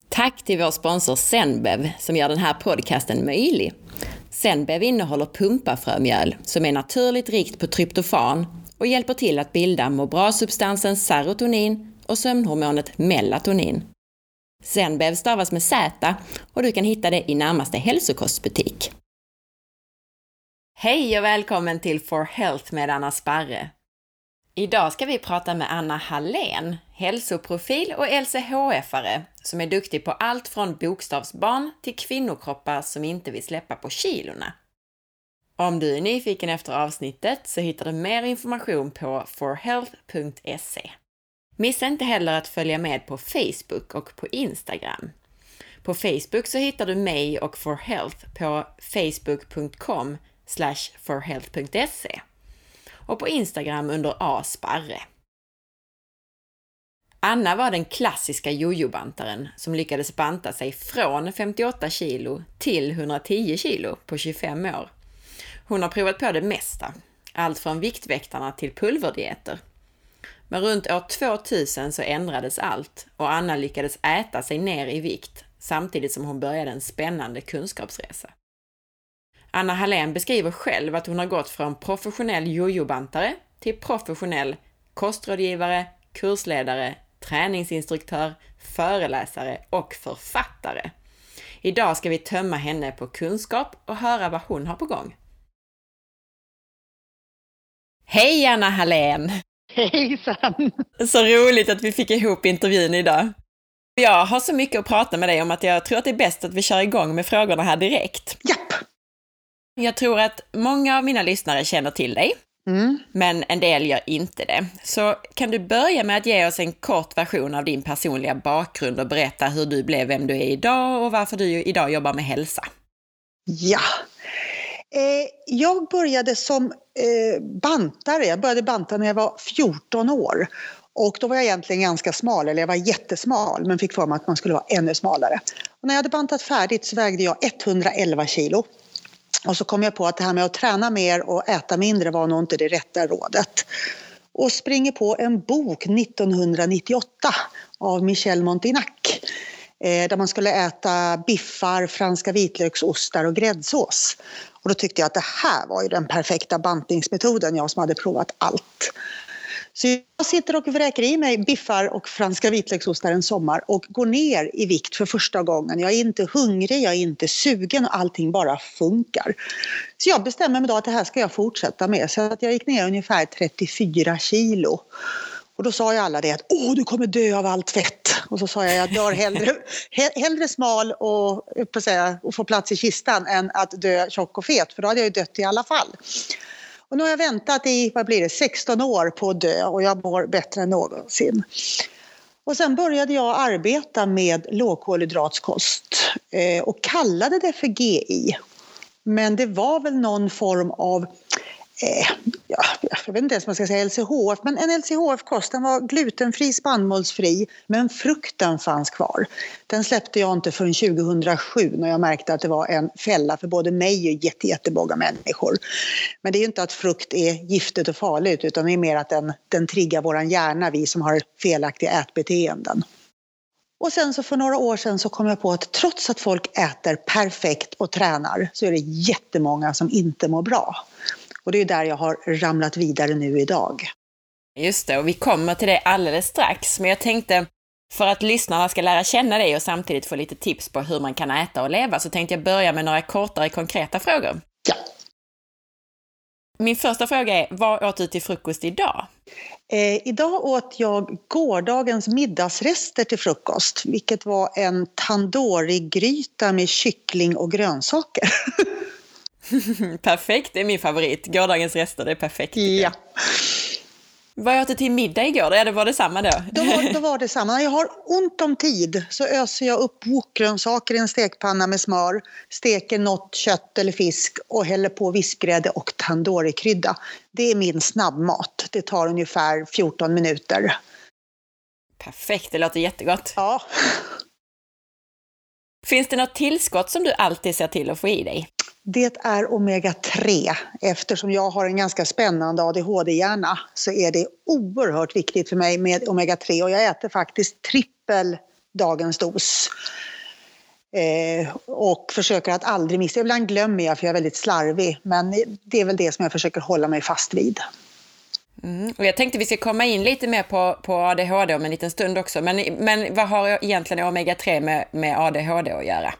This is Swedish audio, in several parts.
Tack till vår sponsor Zenbev som gör den här podcasten möjlig. Zenbev innehåller pumpafrömjöl som är naturligt rikt på tryptofan och hjälper till att bilda må bra-substansen serotonin och sömnhormonet melatonin. Zenbev stavas med Z och du kan hitta det i närmaste hälsokostbutik. Hej och välkommen till For Health med Anna Sparre. Idag ska vi prata med Anna Hallén, hälsoprofil och LCHF-are som är duktig på allt från bokstavsbarn till kvinnokroppar som inte vill släppa på kilorna. Om du är nyfiken efter avsnittet så hittar du mer information på forhealth.se. Missa inte heller att följa med på Facebook och på Instagram. På Facebook så hittar du mig och For Health på facebook.com/forhealth.se och på Instagram under A-Sparre. Anna var den klassiska jojo-bantaren som lyckades banta sig från 58 kilo till 110 kilo på 25 år. Hon har provat på det mesta, allt från viktväktarna till pulverdieter. Men runt år 2000 så ändrades allt och Anna lyckades äta sig ner i vikt samtidigt som hon började en spännande kunskapsresa. Anna Hallén beskriver själv att hon har gått från professionell jojo-bantare till professionell kostrådgivare, kursledare, träningsinstruktör, föreläsare och författare. Idag ska vi tömma henne på kunskap och höra vad hon har på gång. Hej Anna Hallén! Hejsan! Så roligt att vi fick ihop intervjun idag. Jag har så mycket att prata med dig om att jag tror att det är bäst att vi kör igång med frågorna här direkt. Japp! Jag tror att många av mina lyssnare känner till dig, men en del gör inte det. Så kan du börja med att ge oss en kort version av din personliga bakgrund och berätta hur du blev vem du är idag och varför du idag jobbar med hälsa? Ja, jag började som bantare. Jag började banta när jag var 14 år. Och då var jag egentligen ganska smal, eller jag var jättesmal, men fick för mig att man skulle vara ännu smalare. Och när jag hade bantat färdigt så vägde jag 111 kilo. Och så kom jag på att det här med att träna mer och äta mindre var nog inte det rätta rådet. Och springer på en bok 1998 av Michel Montignac. Där man skulle äta biffar, franska vitlöksostar och gräddsås. Och då tyckte jag att det här var ju den perfekta bantningsmetoden, jag som hade provat allt. Så jag sitter och vräker i mig biffar och franska vitlöksostar en sommar och går ner i vikt för första gången. Jag är inte hungrig, jag är inte sugen och allting bara funkar. Så jag bestämmer mig då att det här ska jag fortsätta med. Så att jag gick ner ungefär 34 kilo. Och då sa ju alla det att du kommer dö av allt fett. Och så sa jag dör hellre smal och få plats i kistan än att dö tjock och fet. För då hade jag ju dött i alla fall. Och nu har jag väntat i 16 år på att dö och jag mår bättre än någonsin. Och sen började jag arbeta med lågkolhydratskost och kallade det för GI. Men det var väl någon form av, jag vet inte ens vad man ska säga LCHF, men en LCHF-kost, den var glutenfri, spannmålsfri, men frukten fanns kvar. Den släppte jag inte förrän 2007 när jag märkte att det var en fälla för både mig och jättemånga människor. Men det är ju inte att frukt är giftigt och farligt, utan det är mer att den triggar våran hjärna, vi som har felaktiga ätbeteenden. Och sen så för några år sedan så kom jag på att trots att folk äter perfekt och tränar så är det jättemånga som inte mår bra. Och det är där jag har ramlat vidare nu idag. Just det, och vi kommer till det alldeles strax. Men jag tänkte, för att lyssnarna ska lära känna dig och samtidigt få lite tips på hur man kan äta och leva, så tänkte jag börja med några kortare konkreta frågor. Ja. Min första fråga är, vad åt du till frukost idag? Idag åt jag gårdagens middagsrester till frukost, vilket var en tandoori-gryta med kyckling och grönsaker. Perfekt, det är min favorit. Gårdagens rester, det är perfekt. Ja. Vad åt du till middag igår? Ja, det var det samma då? Då var det samma. När jag har ont om tid så öser jag upp wokgrönsaker i en stekpanna med smör, steker något kött eller fisk och häller på vispgrädde och tandoori-krydda. Det är min snabbmat. Det tar ungefär 14 minuter. Perfekt, det låter jättegott. Ja. Finns det något tillskott som du alltid ser till att få i dig? Det är omega-3. Eftersom jag har en ganska spännande ADHD-hjärna så är det oerhört viktigt för mig med omega-3. Och jag äter faktiskt trippel dagens dos. Och försöker att aldrig missa. Ibland glömmer jag för jag är väldigt slarvig. Men det är väl det som jag försöker hålla mig fast vid. Och jag tänkte vi ska komma in lite mer på ADHD om en liten stund också. Men vad har egentligen omega-3 med ADHD att göra?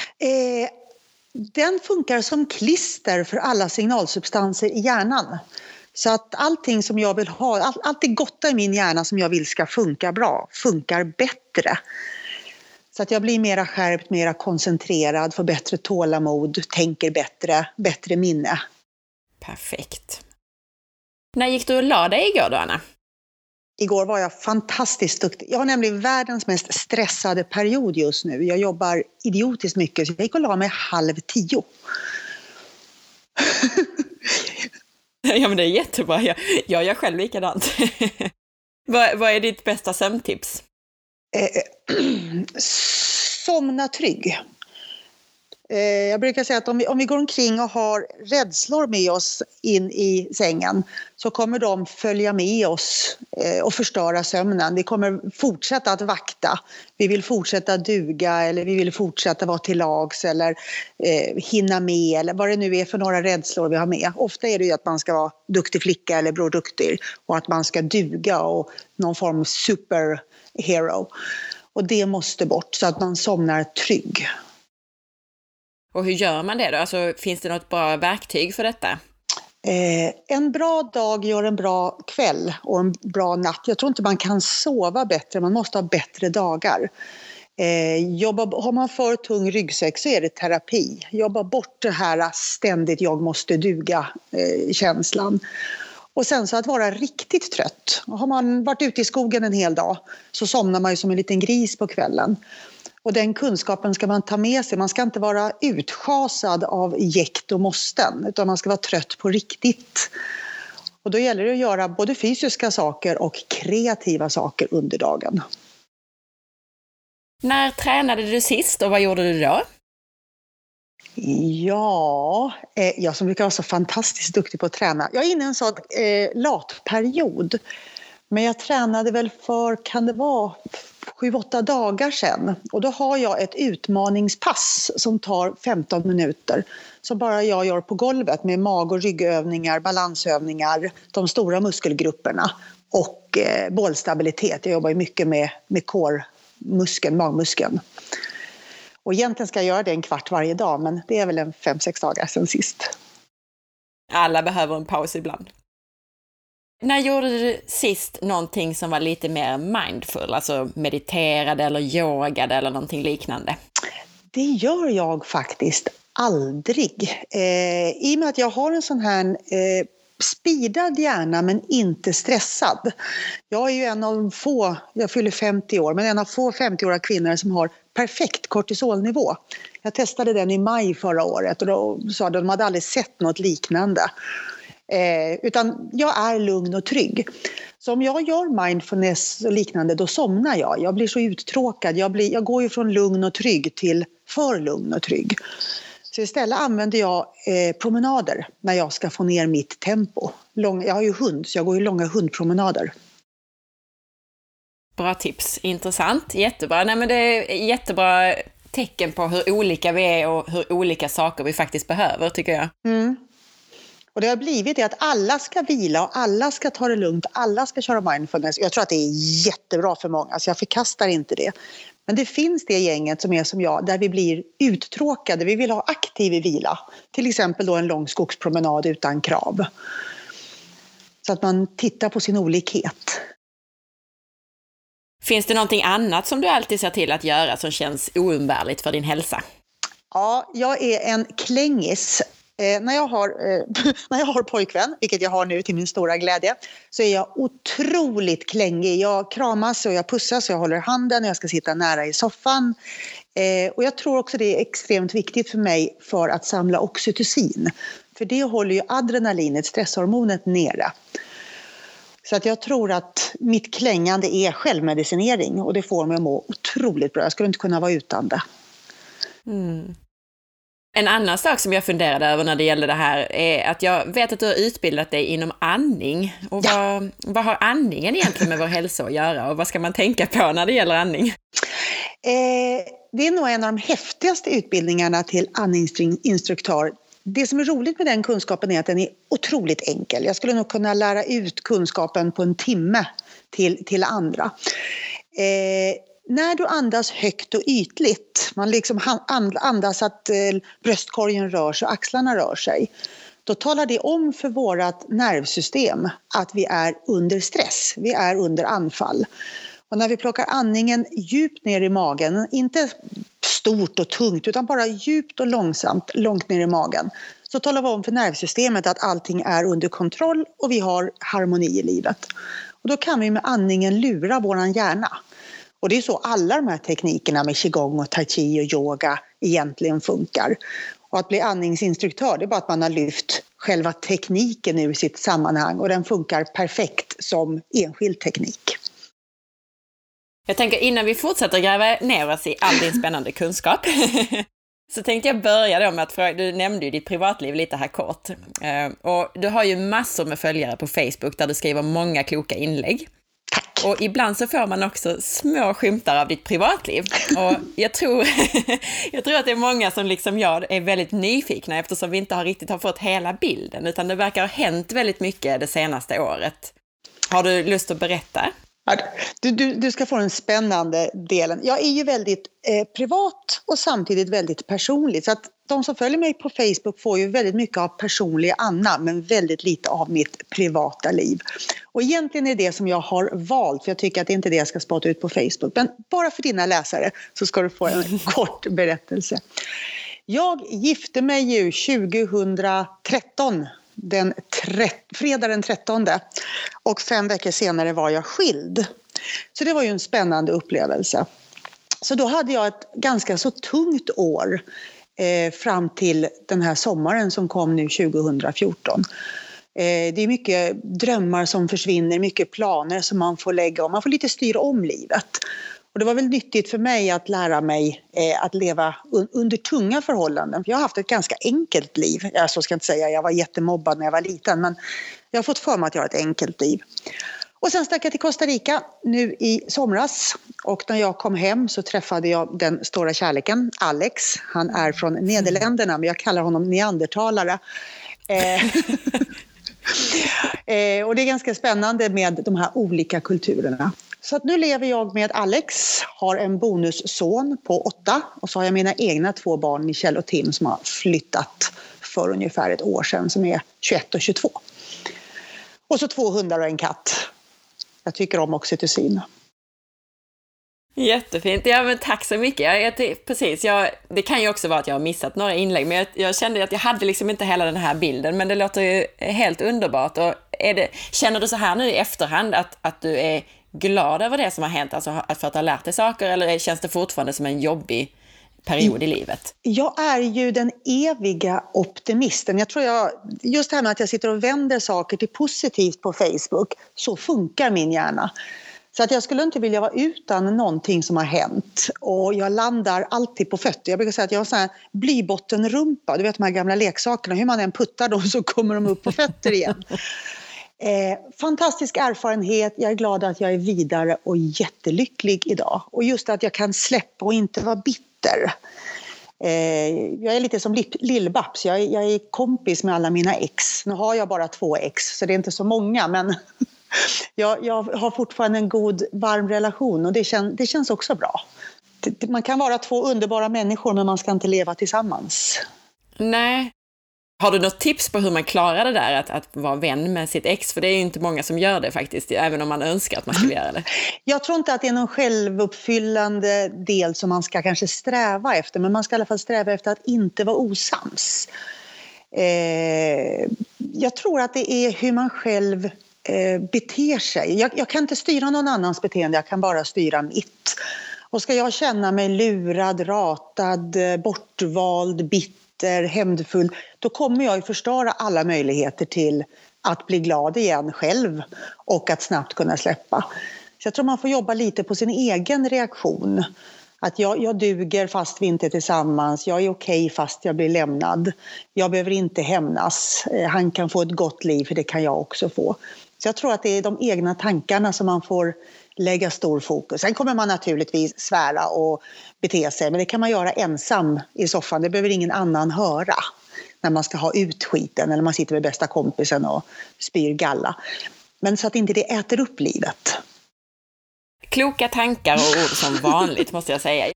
Den funkar som klister för alla signalsubstanser i hjärnan. Så att allting som jag vill ha, allt det gotta i min hjärna som jag vill ska funka bra, funkar bättre. Så att jag blir mera skärpt, mera koncentrerad, får bättre tålamod, tänker bättre minne. Perfekt. När gick du och la dig igår då, Anna? Igår var jag fantastiskt duktig. Jag har nämligen världens mest stressade period just nu. Jag jobbar idiotiskt mycket så jag gick och la mig 9:30. Ja men det är jättebra. Jag gör själv likadant. Vad är ditt bästa sömntips? Somna trygg. Jag brukar säga att om vi går omkring och har rädslor med oss in i sängen så kommer de följa med oss och förstöra sömnen. Vi kommer fortsätta att vakta. Vi vill fortsätta duga eller vi vill fortsätta vara till lags eller hinna med eller vad det nu är för några rädslor vi har med. Ofta är det ju att man ska vara duktig flicka eller bror duktig och att man ska duga och någon form av superhero. Och det måste bort så att man somnar trygg. Och hur gör man det då? Alltså, finns det något bra verktyg för detta? En bra dag gör en bra kväll och en bra natt. Jag tror inte man kan sova bättre, man måste ha bättre dagar. Har man för tung ryggsäck så är det terapi. Jobba bort det här ständigt jag måste duga känslan. Och sen så att vara riktigt trött. Har man varit ute i skogen en hel dag så somnar man ju som en liten gris på kvällen. Och den kunskapen ska man ta med sig. Man ska inte vara utschasad av jäkt och måsten utan man ska vara trött på riktigt. Och då gäller det att göra både fysiska saker och kreativa saker under dagen. När tränade du sist och vad gjorde du då? Ja, jag som brukar vara så fantastiskt duktig på att träna. Jag är inne i en sån latperiod. Men jag tränade väl för, kan det vara 7-8 dagar sedan. Och då har jag ett utmaningspass som tar 15 minuter. Som bara jag gör på golvet med mag- och ryggövningar, balansövningar, de stora muskelgrupperna och bålstabilitet. Jag jobbar ju mycket med core-muskeln, magmuskeln. Och egentligen ska jag göra det en kvart varje dag, men det är väl en 5-6 dagar sedan sist. Alla behöver en paus ibland. När gjorde du sist någonting som var lite mer mindful, alltså mediterade eller yogade eller någonting liknande? Det gör jag faktiskt aldrig. I och med att jag har en sån här speedad hjärna men inte stressad. Jag är ju en av få, jag fyller 50 år, men en av få 50-åriga kvinnor som har perfekt kortisolnivå. Jag testade den i maj förra året och då sa de hade aldrig sett något liknande. Utan jag är lugn och trygg. Så om jag gör mindfulness och liknande då somnar jag. Jag blir så uttråkad. Jag går ju från lugn och trygg till för lugn och trygg. Så istället använder jag promenader när jag ska få ner mitt tempo. Jag har ju hund så jag går ju långa hundpromenader. Bra tips, intressant, jättebra. Nej, men det är jättebra tecken på hur olika vi är och hur olika saker vi faktiskt behöver tycker jag. Mm. Och det har blivit det att alla ska vila och alla ska ta det lugnt, alla ska köra mindfulness. Jag tror att det är jättebra för många, så jag förkastar inte det. Men det finns det gänget som är som jag, där vi blir uttråkade. Vi vill ha aktiv vila. Till exempel då en lång skogspromenad utan krav. Så att man tittar på sin olikhet. Finns det någonting annat som du alltid ser till att göra som känns oumbärligt för din hälsa? Ja, jag är en klängis. När jag har pojkvän, vilket jag har nu till min stora glädje, så är jag otroligt klängig. Jag kramas och jag pussas och jag håller handen och jag ska sitta nära i soffan. Och jag tror också det är extremt viktigt för mig för att samla oxytocin. För det håller ju adrenalinet, stresshormonet, nere. Så att jag tror att mitt klängande är självmedicinering och det får mig att må otroligt bra. Jag skulle inte kunna vara utan det. Mm. En annan sak som jag funderade över när det gäller det här är att jag vet att du har utbildat dig inom andning. Och vad har andningen egentligen med vår hälsa att göra och vad ska man tänka på när det gäller andning? Det är nog en av de häftigaste utbildningarna till andningsinstruktör. Det som är roligt med den kunskapen är att den är otroligt enkel. Jag skulle nog kunna lära ut kunskapen på en timme till andra. När du andas högt och ytligt, man liksom andas att bröstkorgen rör sig och axlarna rör sig, då talar det om för vårt nervsystem att vi är under stress, vi är under anfall. Och när vi plockar andningen djupt ner i magen, inte stort och tungt utan bara djupt och långsamt långt ner i magen, så talar vi om för nervsystemet att allting är under kontroll och vi har harmoni i livet. Och då kan vi med andningen lura våran hjärna. Och det är så alla de här teknikerna med qigong och tai chi och yoga egentligen funkar. Och att bli andningsinstruktör, det är bara att man har lyft själva tekniken ur sitt sammanhang och den funkar perfekt som enskild teknik. Jag tänker innan vi fortsätter gräva ner oss i all din spännande kunskap så tänkte jag börja då med att fråga, du nämnde ju ditt privatliv lite här kort. Och du har ju massor med följare på Facebook där du skriver många kloka inlägg. Tack. Och ibland så får man också små skymtar av ditt privatliv. Och jag tror att det är många som liksom jag är väldigt nyfikna eftersom vi inte riktigt har fått hela bilden utan det verkar ha hänt väldigt mycket det senaste året. Har du lust att berätta? Du ska få den spännande delen. Jag är ju väldigt privat och samtidigt väldigt personlig. Så att de som följer mig på Facebook får ju väldigt mycket av personlig Anna men väldigt lite av mitt privata liv. Och egentligen är det som jag har valt, för jag tycker att det inte är det jag ska spotta ut på Facebook. Men bara för dina läsare så ska du få en kort berättelse. Jag gifte mig ju 2013. Fredag den 13 och 5 veckor senare var jag skild. Så det var ju en spännande upplevelse. Så då hade jag ett ganska så tungt år fram till den här sommaren som kom nu 2014. Det är mycket drömmar som försvinner, mycket planer som man får lägga om. Man får lite styra om livet. Och det var väl nyttigt för mig att lära mig att leva under tunga förhållanden. För jag har haft ett ganska enkelt liv. Så ska jag inte säga, jag var jättemobbad när jag var liten. Men jag har fått för mig att jag har ett enkelt liv. Och sen stack jag till Costa Rica nu i somras. Och när jag kom hem så träffade jag den stora kärleken, Alex. Han är från Nederländerna, men jag kallar honom neandertalare. Och det är ganska spännande med de här olika kulturerna. Så att nu lever jag med Alex, har en bonusson på 8 och så har jag mina egna 2 barn, Michelle och Tim, som har flyttat för ungefär ett år sedan, som är 21 och 22. Och så 2 hundar och en katt. Jag tycker om oxytocin. Jättefint. Ja, men tack så mycket. Det kan ju också vara att jag har missat några inlägg, men jag kände att jag hade liksom inte hela den här bilden, men det låter ju helt underbart. Och känner du så här nu i efterhand att du är glad över det som har hänt, alltså för att ha lärt dig saker, eller känns det fortfarande som en jobbig period i livet? Jag är ju den eviga optimisten. Jag tror just det här med att jag sitter och vänder saker till positivt på Facebook, så funkar min hjärna. Så att jag skulle inte vilja vara utan någonting som har hänt. Och jag landar alltid på fötter. Jag brukar säga att jag har sån här blybottenrumpa. Du vet de här gamla leksakerna. Hur man än puttar dem så kommer de upp på fötter igen. Fantastisk erfarenhet. Jag är glad att jag är vidare och jättelycklig idag. Och just att jag kan släppa och inte vara bitter. Jag är lite som Lill-Babs. Jag är kompis med alla mina ex. Nu har jag bara 2 ex, så det är inte så många, men jag har fortfarande en god, varm relation och det känns också bra. Man kan vara 2 underbara människor, men man ska inte leva tillsammans. Nej. Har du något tips på hur man klarar det där att vara vän med sitt ex? För det är ju inte många som gör det faktiskt, även om man önskar att man skulle göra det. Jag tror inte att det är någon självuppfyllande del som man ska kanske sträva efter, men man ska i alla fall sträva efter att inte vara osams. Jag tror att det är hur man själv beter sig. Jag kan inte styra någon annans beteende, jag kan bara styra mitt. Och ska jag känna mig lurad, ratad, bortvald, bitter, hämndfull, då kommer jag ju förstöra alla möjligheter till att bli glad igen själv och att snabbt kunna släppa. Så jag tror man får jobba lite på sin egen reaktion. Att jag duger fast vi inte är tillsammans. Jag är okej fast jag blir lämnad. Jag behöver inte hämnas. Han kan få ett gott liv, för det kan jag också få. Så jag tror att det är de egna tankarna som man får lägga stor fokus. Sen kommer man naturligtvis svära och bete sig, men det kan man göra ensam i soffan. Det behöver ingen annan höra när man ska ha ut skiten eller man sitter med bästa kompisen och spyr galla. Men så att inte det äter upp livet. Kloka tankar och ord som vanligt, måste jag säga.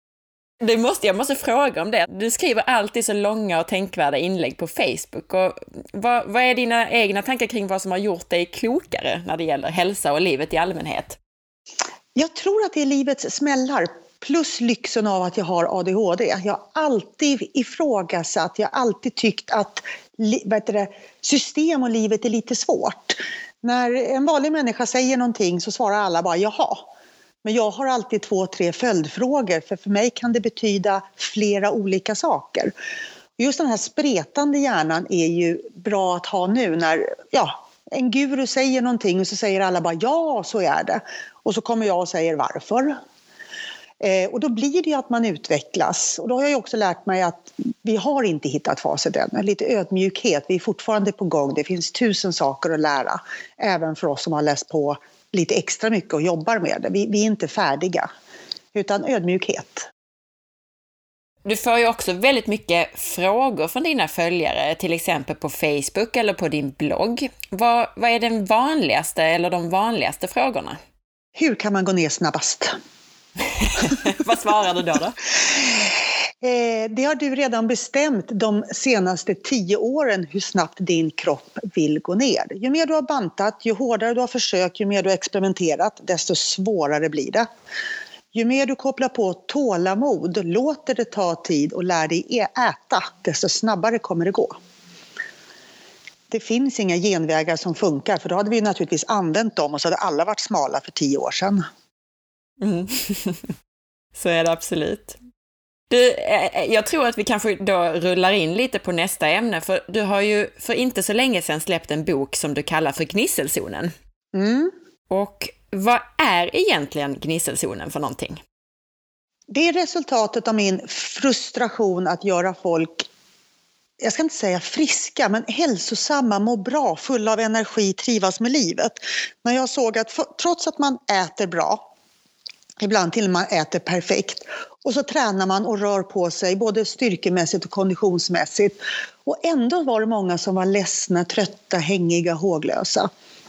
Jag måste fråga om det. Du skriver alltid så långa och tänkvärda inlägg på Facebook. Och vad är dina egna tankar kring vad som har gjort dig klokare när det gäller hälsa och livet i allmänhet? Jag tror att det är livets smällar plus lyxen av att jag har ADHD. Jag har alltid ifrågasatt, jag har alltid tyckt att system och livet är lite svårt. När en vanlig människa säger någonting så svarar alla bara jaha. Men jag har alltid 2-3 följdfrågor, för mig kan det betyda flera olika saker. Just den här spretande hjärnan är ju bra att ha nu när en guru säger någonting och så säger alla bara ja, så är det. Och så kommer jag och säger varför. Och då blir det ju att man utvecklas. Och då har jag ju också lärt mig att vi har inte hittat facit än. Lite ödmjukhet, vi är fortfarande på gång. Det finns 1000 saker att lära, även för oss som har läst på lite extra mycket och jobbar med det. Vi är inte färdiga, utan ödmjukhet. Du får ju också väldigt mycket frågor från dina följare, till exempel på Facebook eller på din blogg. Vad är den vanligaste eller de vanligaste frågorna? Hur kan man gå ner snabbast? Vad svarar du då? Det har du redan bestämt de senaste 10 åren hur snabbt din kropp vill gå ner. Ju mer du har bantat, ju hårdare du har försökt, ju mer du har experimenterat, desto svårare blir det. Ju mer du kopplar på tålamod, låter det ta tid och lär dig äta, desto snabbare kommer det gå. Det finns inga genvägar som funkar, för då hade vi naturligtvis använt dem och så hade alla varit smala för 10 år sedan. Mm. Så är det absolut. Jag tror att vi kanske då rullar in lite på nästa ämne, för du har ju för inte så länge sedan släppt en bok som du kallar för Gnisselzonen. Mm. Och vad är egentligen Gnisselzonen för någonting? Det är resultatet av min frustration att göra folk, jag ska inte säga friska, men hälsosamma, må bra, fulla av energi, trivas med livet. När jag såg att trots att man äter bra, ibland till och med äter perfekt, och så tränar man och rör på sig både styrkemässigt och konditionsmässigt, och ändå var det många som var ledsna, trötta, hängiga, håglösa.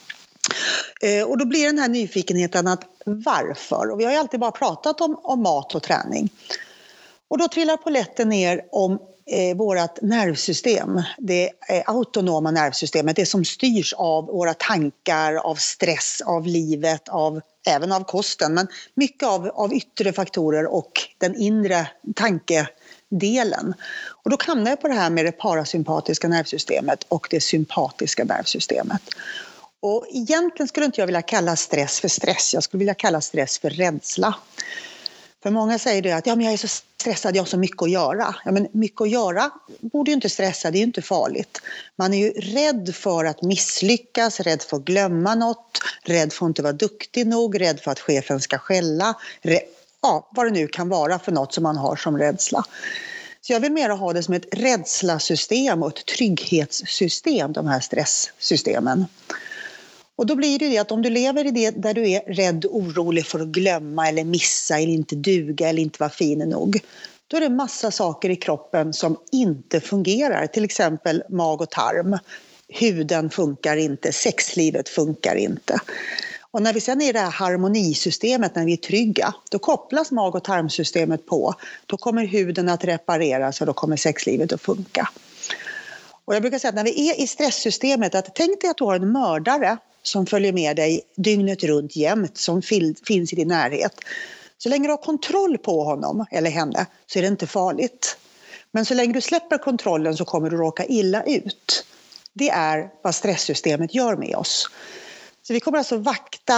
Och då blir den här nyfikenheten att varför? Och vi har ju alltid bara pratat om mat och träning. Och då trillar polletten ner om vårt nervsystem, det autonoma nervsystemet, det som styrs av våra tankar, av stress, av livet, även av kosten, men mycket av yttre faktorer och den inre tankedelen. Och då hamnar jag på det här med det parasympatiska nervsystemet och det sympatiska nervsystemet. Och egentligen skulle inte jag vilja kalla stress för stress, jag skulle vilja kalla stress för rädsla. För många säger det att men jag är så stressad, jag har så mycket att göra. Ja, men mycket att göra borde ju inte stressa, det är ju inte farligt. Man är ju rädd för att misslyckas, rädd för att glömma något, rädd för att inte vara duktig nog, rädd för att chefen ska skälla. Vad det nu kan vara för något som man har som rädsla. Så jag vill mer ha det som ett rädslasystem och ett trygghetssystem, de här stresssystemen. Och då blir det att om du lever i det där du är rädd och orolig för att glömma eller missa eller inte duga eller inte vara fin nog, då är det massa saker i kroppen som inte fungerar. Till exempel mag och tarm. Huden funkar inte, sexlivet funkar inte. Och när vi sen är i det här harmonisystemet, när vi är trygga, då kopplas mag- och tarmsystemet på. Då kommer huden att repareras och då kommer sexlivet att funka. Och jag brukar säga att när vi är i stresssystemet, att tänk dig att du har en mördare som följer med dig dygnet runt jämt, som finns i din närhet. Så länge du har kontroll på honom eller henne så är det inte farligt. Men så länge du släpper kontrollen så kommer du råka illa ut. Det är vad stresssystemet gör med oss. Så vi kommer alltså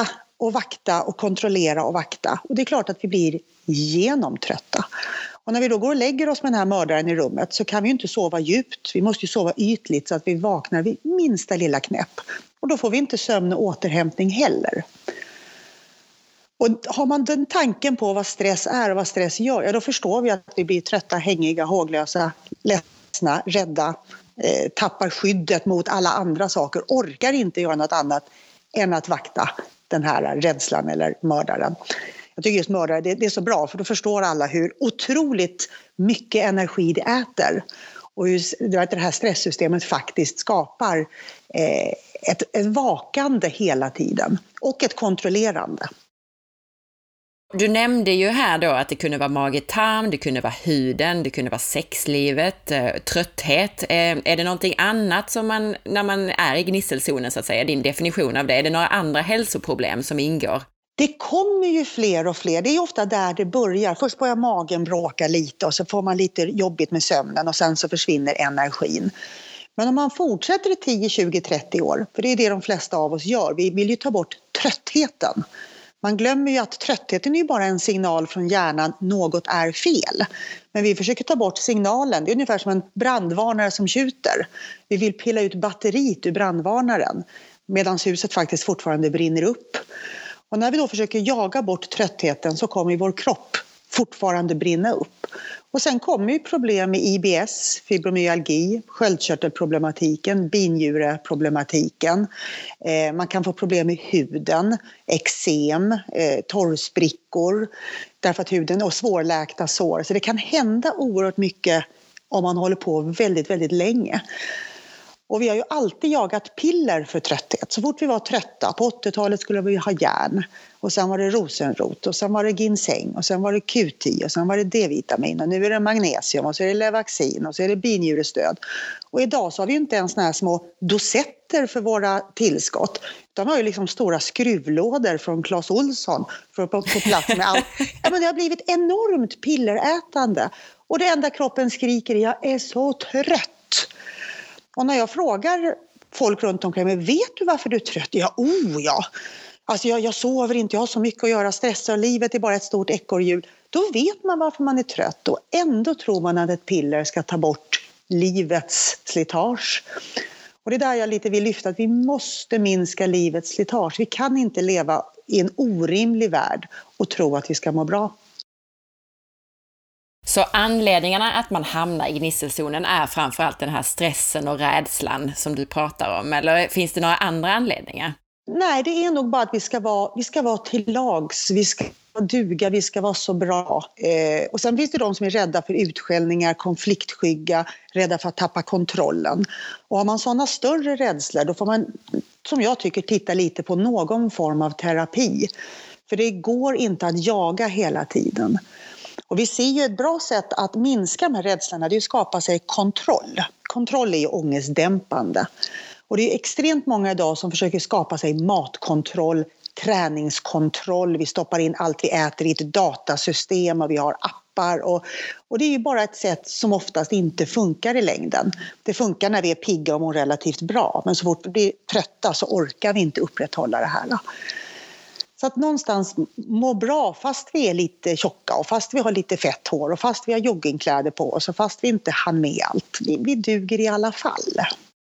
vakta och kontrollera och vakta. Och det är klart att vi blir genomtrötta. Och när vi då går och lägger oss med den här mördaren i rummet så kan vi ju inte sova djupt. Vi måste ju sova ytligt så att vi vaknar vid minsta lilla knäpp. Och då får vi inte sömn och återhämtning heller. Och har man den tanken på vad stress är och vad stress gör, ja då förstår vi att vi blir trötta, hängiga, håglösa, ledsna, rädda, tappar skyddet mot alla andra saker, orkar inte göra något annat än att vakta den här rädslan eller mördaren. Jag tycker just mördare, det är så bra för då förstår alla hur otroligt mycket energi det äter. Och hur det här stresssystemet faktiskt skapar ett vakande hela tiden och ett kontrollerande. Du nämnde ju här då att det kunde vara mage-tarm, det kunde vara huden, det kunde vara sexlivet, trötthet. Är det någonting annat som man, när man är i gnisselzonen så att säga, din definition av det? Är det några andra hälsoproblem som ingår? Det kommer ju fler och fler. Det är ofta där det börjar. Först börjar magen bråka lite och så får man lite jobbigt med sömnen och sen så försvinner energin. Men om man fortsätter i 10, 20, 30 år, för det är det de flesta av oss gör, vi vill ju ta bort tröttheten. Man glömmer ju att tröttheten är ju bara en signal från hjärnan, något är fel. Men vi försöker ta bort signalen, det är ungefär som en brandvarnare som tjuter. Vi vill pilla ut batteriet ur brandvarnaren medan huset faktiskt fortfarande brinner upp. Och när vi då försöker jaga bort tröttheten så kommer vår kropp fortfarande brinna upp. Och sen kommer ju problem med IBS, fibromyalgi, sköldkörtelproblematiken, binjureproblematiken. Man kan få problem med huden, eksem, torrsprickor därför att huden och svårläkta sår. Så det kan hända oerhört mycket om man håller på väldigt, väldigt länge. Och vi har ju alltid jagat piller för trötthet. Så fort vi var trötta, på 80-talet skulle vi ha järn. Och sen var det rosenrot och sen var det ginseng och sen var det Q10 och sen var det D-vitamin. Och nu är det magnesium och så är det Levaxin och så är det binjurestöd. Och idag så har vi ju inte ens såna här små dosetter för våra tillskott. Utan vi har ju liksom stora skruvlådor från Clas Ohlson för att få plats med allt. Ja, men det har blivit enormt pillerätande. Och det enda kroppen skriker är: jag är så trött. Och när jag frågar folk runt omkring mig, vet du varför du är trött? Ja. Alltså jag sover inte, jag har så mycket att göra, stressar, livet är bara ett stort ekorrhjul. Då vet man varför man är trött och ändå tror man att ett piller ska ta bort livets slitage. Och det är där jag lite vill lyfta, att vi måste minska livets slitage. Vi kan inte leva i en orimlig värld och tro att vi ska må bra. Så anledningarna att man hamnar i gnisselzonen är framförallt den här stressen och rädslan som du pratar om, eller finns det några andra anledningar? Nej, det är nog bara att vi ska vara till lags, vi ska duga, vi ska vara så bra. Och sen finns det de som är rädda för utskällningar, konfliktskygga, rädda för att tappa kontrollen. Och har man sådana större rädslor, då får man, som jag tycker, titta lite på någon form av terapi. För det går inte att jaga hela tiden. Och vi ser ju ett bra sätt att minska med rädslorna, det är att skapa sig kontroll. Kontroll är ju ångestdämpande. Och det är extremt många idag som försöker skapa sig matkontroll, träningskontroll. Vi stoppar in allt vi äter i ett datasystem och vi har appar. Och det är ju bara ett sätt som oftast inte funkar i längden. Det funkar när vi är pigga och mår relativt bra. Men så fort vi blir trötta så orkar vi inte upprätthålla det här. Så att någonstans må bra fast vi är lite tjocka och fast vi har lite fett hår och fast vi har joggingkläder på oss och fast vi inte hann med allt. Vi duger i alla fall.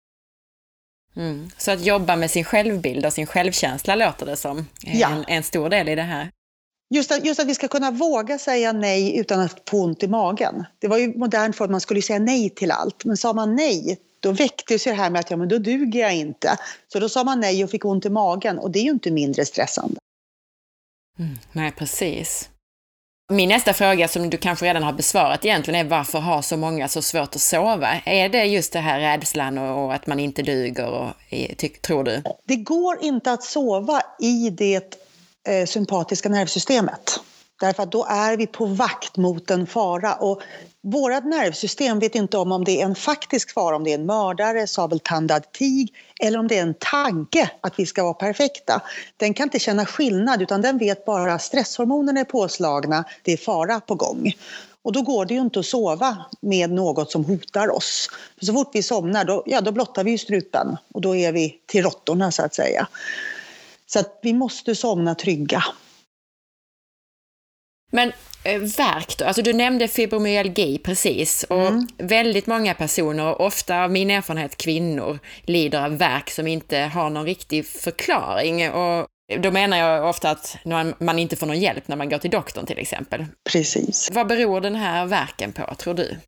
Så att jobba med sin självbild och sin självkänsla låter det som en stor del i det här. Just att vi ska kunna våga säga nej utan att få ont i magen. Det var ju modernt för att man skulle säga nej till allt. Men sa man nej, då väcktes det här med att men då duger jag inte. Så då sa man nej och fick ont i magen och det är ju inte mindre stressande. Nej, precis. Min nästa fråga som du kanske redan har besvarat egentligen är varför har så många så svårt att sova? Är det just det här rädslan och att man inte duger, tror du? Det går inte att sova i det sympatiska nervsystemet. Därför att då är vi på vakt mot en fara. Och vårt nervsystem vet inte om det är en faktisk fara, om det är en mördare, sabeltandad tig eller om det är en tanke att vi ska vara perfekta. Den kan inte känna skillnad utan den vet bara att stresshormonerna är påslagna, det är fara på gång. Och då går det ju inte att sova med något som hotar oss. För så fort vi somnar då blottar vi ju strupen och då är vi till råttorna så att säga. Så att vi måste somna trygga. Men värk då? Alltså du nämnde fibromyalgi precis och väldigt många personer, och ofta av min erfarenhet kvinnor, lider av värk som inte har någon riktig förklaring, och då menar jag ofta att man inte får någon hjälp när man går till doktorn till exempel. Precis. Vad beror den här värken på, tror du?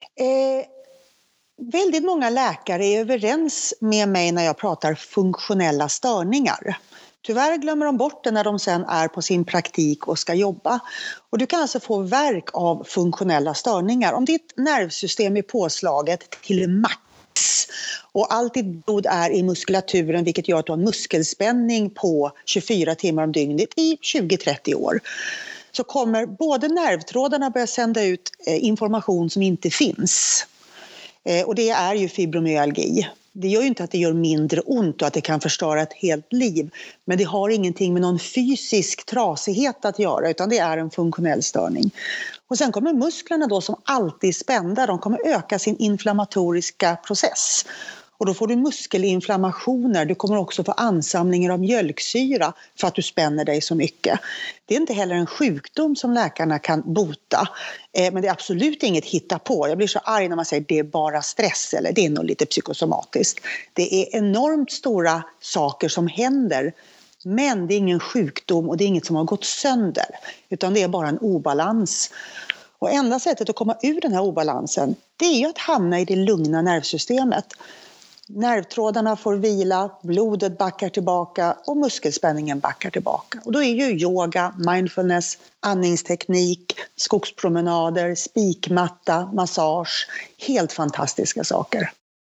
Väldigt många läkare är överens med mig när jag pratar funktionella störningar. Tyvärr glömmer de bort det när de sen är på sin praktik och ska jobba. Och du kan alltså få verk av funktionella störningar. Om ditt nervsystem är påslaget till max och allt ditt blod är i muskulaturen, vilket gör att du har en muskelspänning på 24 timmar om dygnet i 20-30 år, så kommer både nervtrådarna börja sända ut information som inte finns. Och det är ju fibromyalgi. Det gör ju inte att det gör mindre ont och att det kan förstöra ett helt liv. Men det har ingenting med någon fysisk trasighet att göra, utan det är en funktionell störning. Och sen kommer musklerna då, som alltid är spända, de kommer öka sin inflammatoriska process. Och då får du muskelinflammationer, du kommer också få ansamlingar av mjölksyra för att du spänner dig så mycket. Det är inte heller en sjukdom som läkarna kan bota, men det är absolut inget hitta på. Jag blir så arg när man säger det är bara stress eller det är nog lite psykosomatiskt. Det är enormt stora saker som händer, men det är ingen sjukdom och det är inget som har gått sönder, utan det är bara en obalans. Och enda sättet att komma ur den här obalansen, det är ju att hamna i det lugna nervsystemet. Nervtrådarna får vila, blodet backar tillbaka och muskelspänningen backar tillbaka. Och då är ju yoga, mindfulness, andningsteknik, skogspromenader, spikmatta, massage helt fantastiska saker.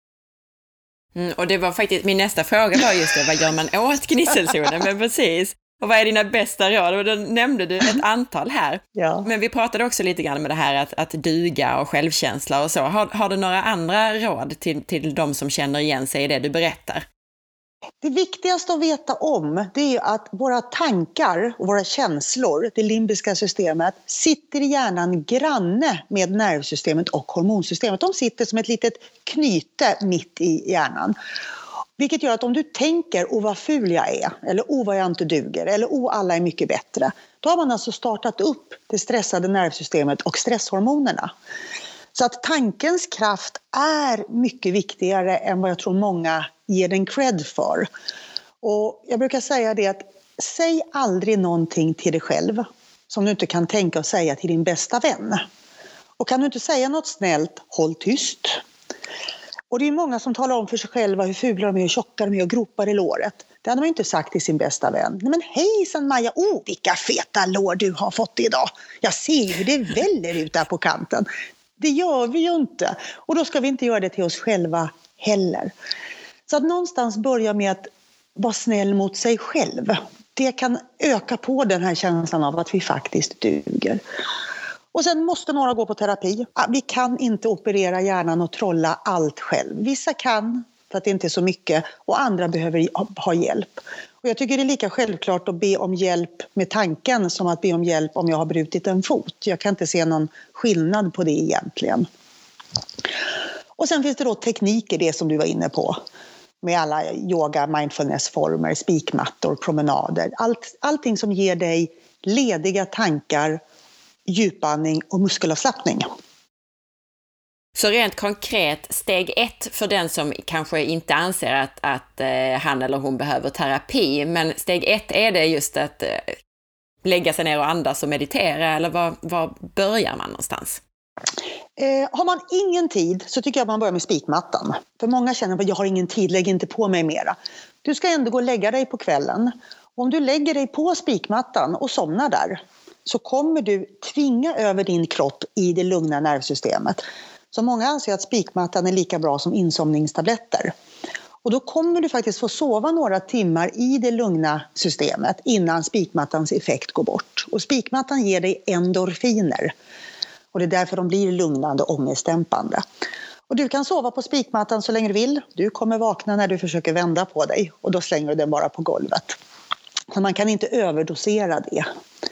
Och det var faktiskt, min nästa fråga var just det, vad gör man åt gnisselzonen? Men precis. Och vad är dina bästa råd? Och då nämnde du ett antal här. Ja. Men vi pratade också lite grann med det här att duga och självkänsla och så. Har du några andra råd till de som känner igen sig i det du berättar? Det viktigaste att veta om, det är att våra tankar och våra känslor, det limbiska systemet, sitter i hjärnan granne med nervsystemet och hormonsystemet. De sitter som ett litet knyte mitt i hjärnan. Vilket gör att om du tänker vad ful jag är, eller vad jag inte duger, eller alla är mycket bättre, då har man alltså startat upp det stressade nervsystemet och stresshormonerna. Så att tankens kraft är mycket viktigare än vad jag tror många ger den cred för. Och jag brukar säga det att säg aldrig någonting till dig själv som du inte kan tänka och säga till din bästa vän. Och kan du inte säga något snällt, håll tyst. Och det är många som talar om för sig själva hur fula de är, hur tjocka de är och gropar i låret. Det hade man inte sagt till sin bästa vän. Nej, men hejsan Maja, vilka feta lår du har fått idag. Jag ser hur det väller ut där på kanten. Det gör vi ju inte. Och då ska vi inte göra det till oss själva heller. Så att någonstans börja med att vara snäll mot sig själv. Det kan öka på den här känslan av att vi faktiskt duger. Och sen måste några gå på terapi. Vi kan inte operera hjärnan och trolla allt själv. Vissa kan, för att det inte är så mycket, och andra behöver ha hjälp. Och jag tycker det är lika självklart att be om hjälp med tanken som att be om hjälp om jag har brutit en fot. Jag kan inte se någon skillnad på det egentligen. Och sen finns det då tekniker, det som du var inne på. Med alla yoga, mindfulness-former, spikmattor, promenader. Allting som ger dig lediga tankar, djupandning och muskelavslappning. Så rent konkret, steg 1 för den som kanske inte anser att han eller hon behöver terapi, men steg 1 är det just att lägga sig ner och andas och meditera, eller var börjar man någonstans? Har man ingen tid så tycker jag man börjar med spikmattan. För många känner att jag har ingen tid, lägg inte på mig mera. Du ska ändå gå och lägga dig på kvällen. Om du lägger dig på spikmattan och somnar där, så kommer du tvinga över din kropp i det lugna nervsystemet. Så många anser att spikmattan är lika bra som insomningstabletter. Och då kommer du faktiskt få sova några timmar i det lugna systemet innan spikmattans effekt går bort. Och spikmattan ger dig endorfiner. Och det är därför de blir lugnande och ångestdämpande. Och du kan sova på spikmattan så länge du vill. Du kommer vakna när du försöker vända på dig. Och då slänger du den bara på golvet. Så man kan inte överdosera det.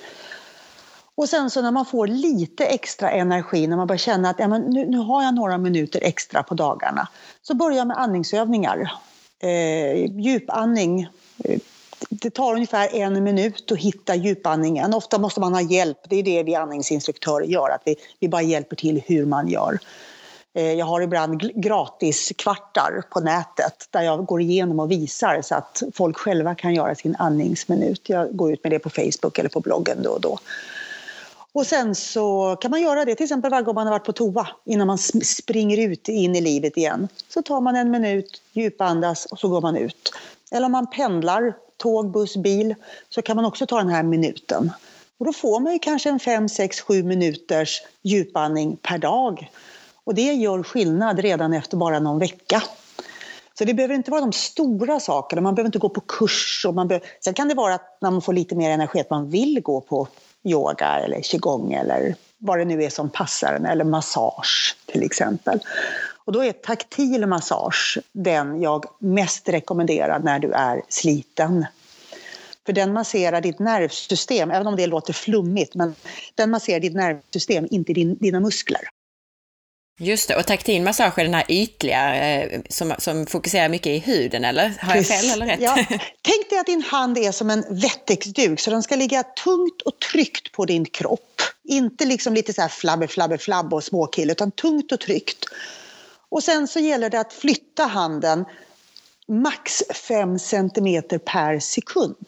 Och sen så när man får lite extra energi, när man börjar känna att nu har jag några minuter extra på dagarna, så börjar med andningsövningar. Djupandning. Det tar ungefär 1 minut att hitta djupandningen. Ofta måste man ha hjälp. Det är det vi andningsinstruktörer gör. Att vi bara hjälper till hur man gör. Jag har ibland gratis kvartar på nätet där jag går igenom och visar så att folk själva kan göra sin andningsminut. Jag går ut med det på Facebook eller på bloggen då och då. Och sen så kan man göra det till exempel varje gång man har varit på toa innan man springer ut in i livet igen. Så tar man 1 minut, djupandas och så går man ut. Eller om man pendlar, tåg, buss, bil, så kan man också ta den här minuten. Och då får man ju kanske en 5, 6, 7 minuters djupandning per dag. Och det gör skillnad redan efter bara någon vecka. Så det behöver inte vara de stora sakerna, man behöver inte gå på kurs. Sen kan det vara att när man får lite mer energi att man vill gå på yoga eller qigong eller vad det nu är som passar en, eller massage till exempel. Och då är taktil massage den jag mest rekommenderar när du är sliten. För den masserar ditt nervsystem, även om det låter flummigt, men den masserar ditt nervsystem, inte dina muskler. Just det, och taktil massage är den här ytliga som fokuserar mycket i huden, eller? Har jag fel eller rätt? Ja. Tänk dig att din hand är som en wettexduk, så den ska ligga tungt och tryggt på din kropp. Inte liksom lite så här flabb och småkill, utan tungt och tryggt. Och sen så gäller det att flytta handen max 5 centimeter per sekund.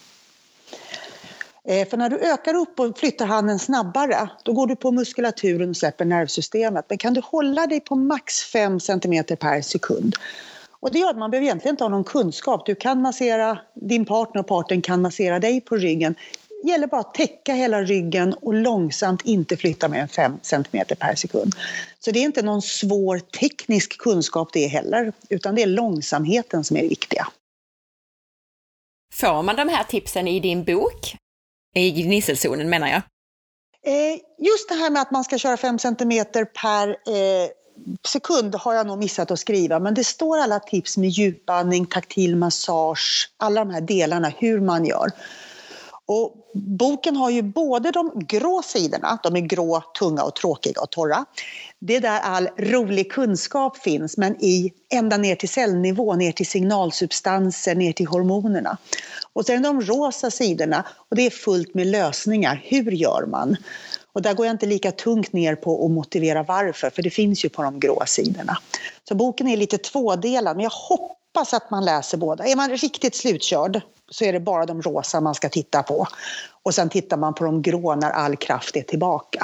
För när du ökar upp och flyttar handen snabbare, då går du på muskulaturen och släpper nervsystemet. Men kan du hålla dig på max 5 centimeter per sekund? Och det gör att man behöver egentligen inte ha någon kunskap. Du kan massera din partner och partnern kan massera dig på ryggen. Det gäller bara att täcka hela ryggen och långsamt inte flytta mer än 5 centimeter per sekund. Så det är inte någon svår teknisk kunskap det heller, utan det är långsamheten som är viktiga. Får man de här tipsen i din bok? I Gnisselzonen menar jag. Just det här med att man ska köra 5 centimeter per sekund har jag nog missat att skriva. Men det står alla tips med djupandning, taktil massage, alla de här delarna, hur man gör. Och boken har ju både de grå sidorna, de är grå, tunga och tråkiga och torra. Det är där all rolig kunskap finns, men ända ner till cellnivå, ner till signalsubstanser, ner till hormonerna. Och sen de rosa sidorna, och det är fullt med lösningar. Hur gör man? Och där går jag inte lika tungt ner på att motivera varför, för det finns ju på de grå sidorna. Så boken är lite tvådelad, men jag hoppas att man läser båda. Är man riktigt slutkörd så är det bara de rosa man ska titta på. Och sen tittar man på de grå när all kraft är tillbaka.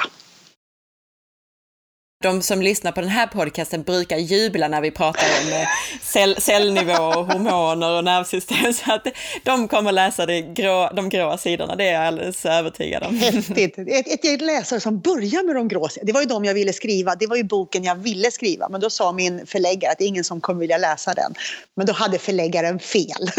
De som lyssnar på den här podcasten brukar jubla när vi pratar om cellnivå, hormoner och nervsystem, så att de kommer läsa de grå sidorna, det är jag alldeles övertygad om. Häftigt. Ett läsare som börjar med de grå sidorna, det var ju de jag ville skriva, det var ju boken jag ville skriva, men då sa min förläggare att det är ingen som kommer vilja läsa den. Men då hade förläggaren fel.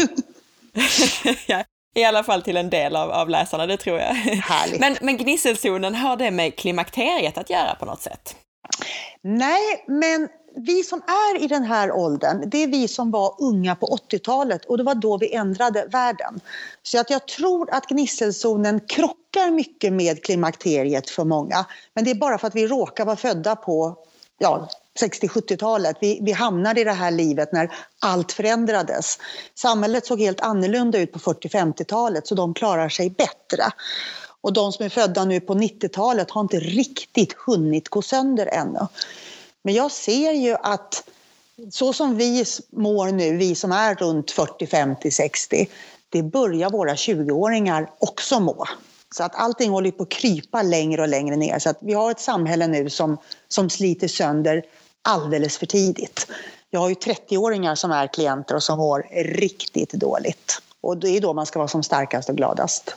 Ja. I alla fall till en del av läsarna, det tror jag. Härligt. Men Gnisselzonen, har det med klimakteriet att göra på något sätt? Nej, men vi som är i den här åldern, det är vi som var unga på 80-talet, och det var då vi ändrade världen. Så att jag tror att Gnisselzonen krockar mycket med klimakteriet för många. Men det är bara för att vi råkar vara födda på 60-70-talet. Vi hamnade i det här livet när allt förändrades. Samhället såg helt annorlunda ut på 40-50-talet, så de klarar sig bättre. Och de som är födda nu på 90-talet har inte riktigt hunnit gå sönder ännu. Men jag ser ju att så som vi mår nu, vi som är runt 40, 50, 60, det börjar våra 20-åringar också må. Så att allting håller på att krypa längre och längre ner. Så att vi har ett samhälle nu som sliter sönder alldeles för tidigt. Jag har ju 30-åringar som är klienter och som mår riktigt dåligt. Och det är då man ska vara som starkast och gladast.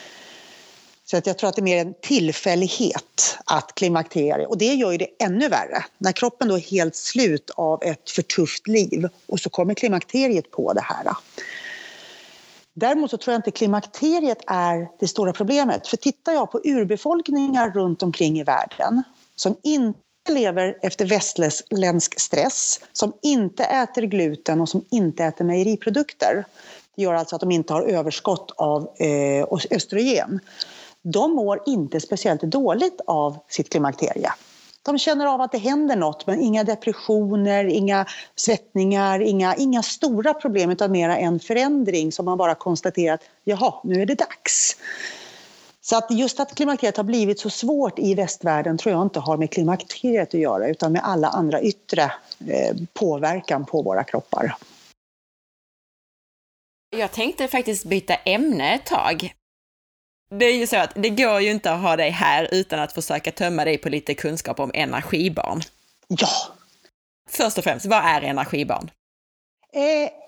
Så att jag tror att det är mer en tillfällighet att klimakteriet, och det gör ju det ännu värre. När kroppen då är helt slut av ett för tufft liv, och så kommer klimakteriet på det här. Däremot så tror jag inte klimakteriet är det stora problemet. För tittar jag på urbefolkningar runt omkring i världen som inte lever efter västerländsk stress, som inte äter gluten och som inte äter mejeriprodukter. Det gör alltså att de inte har överskott av östrogen. De mår inte speciellt dåligt av sitt klimakterie. De känner av att det händer något, men inga depressioner, inga svettningar, inga stora problem, utan mera en förändring som man bara konstaterar att jaha, nu är det dags. Så att just att klimakteriet har blivit så svårt i västvärlden tror jag inte har med klimakteriet att göra, utan med alla andra yttre påverkan på våra kroppar. Jag tänkte faktiskt byta ämne ett tag. Det är ju så att det går ju inte att ha dig här utan att försöka tömma dig på lite kunskap om energibarn. Ja! Först och främst, vad är energibarn?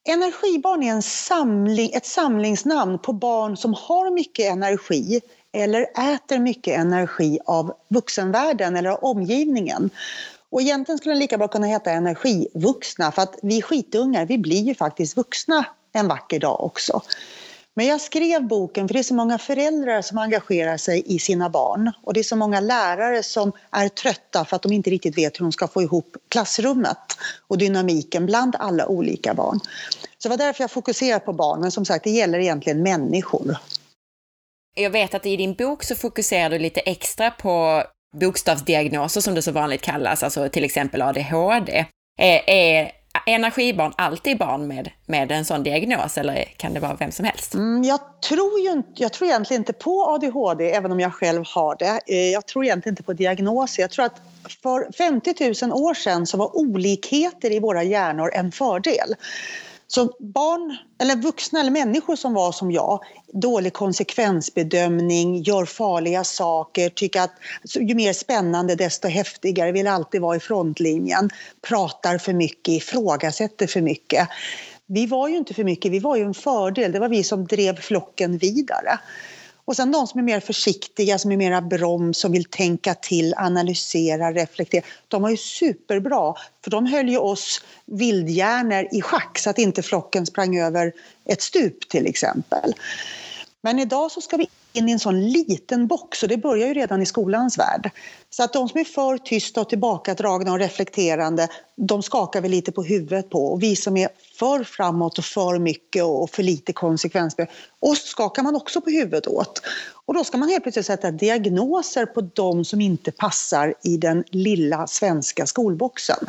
Energibarn är ett samlingsnamn på barn som har mycket energi eller äter mycket energi av vuxenvärlden eller av omgivningen. Och egentligen skulle den lika bra kunna heta energivuxna, för att vi skitungar, vi blir ju faktiskt vuxna en vacker dag också. Men jag skrev boken för det är så många föräldrar som engagerar sig i sina barn. Och det är så många lärare som är trötta för att de inte riktigt vet hur de ska få ihop klassrummet och dynamiken bland alla olika barn. Så det var därför jag fokuserar på barn, men som sagt, det gäller egentligen människor. Jag vet att i din bok så fokuserar du lite extra på bokstavsdiagnoser som det så vanligt kallas, alltså till exempel ADHD. Är energibarn alltid barn med en sån diagnos, eller kan det vara vem som helst? Jag tror egentligen inte på ADHD, även om jag själv har det. Jag tror egentligen inte på diagnoser. Jag tror att för 50 000 år sedan så var olikheter i våra hjärnor en fördel. Så barn, eller vuxna eller människor som var som jag, dålig konsekvensbedömning, gör farliga saker, tycker att ju mer spännande desto häftigare, vill alltid vara i frontlinjen, pratar för mycket, ifrågasätter för mycket. Vi var ju inte för mycket, vi var ju en fördel, det var vi som drev flocken vidare. Och sen de som är mer försiktiga, som är mera broms, som vill tänka till, analysera, reflektera. De var ju superbra, för de höll ju oss vildhjärnor i schack så att inte flocken sprang över ett stup till exempel. Men idag så ska vi in i en sån liten box, och det börjar ju redan i skolans värld. Så att de som är för tysta och tillbakadragna och reflekterande, de skakar vi lite på huvudet på. Och vi som är för framåt och för mycket och för lite konsekvens, och skakar man också på huvudet åt. Och då ska man helt plötsligt sätta diagnoser på de som inte passar i den lilla svenska skolboxen.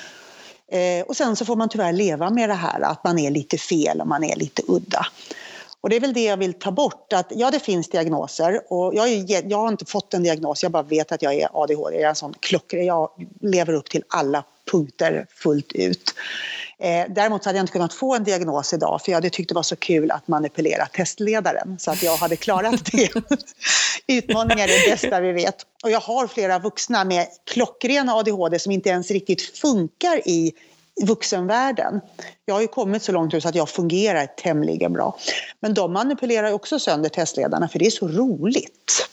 Och sen så får man tyvärr leva med det här att man är lite fel och man är lite udda. Och det är väl det jag vill ta bort, att ja, det finns diagnoser, och jag har inte fått en diagnos, jag bara vet att jag är ADHD, jag är en sån klockare, jag lever upp till alla punkter fullt ut. Däremot hade jag inte kunnat få en diagnos idag, för jag hade tyckt det var så kul att manipulera testledaren, så att jag hade klarat det. Utmaningar är det bästa vi vet. Och jag har flera vuxna med klockrena ADHD som inte ens riktigt funkar i vuxenvärlden. Jag har ju kommit så långt så att jag fungerar tämligen bra. Men de manipulerar också sönder testledarna, för det är så roligt.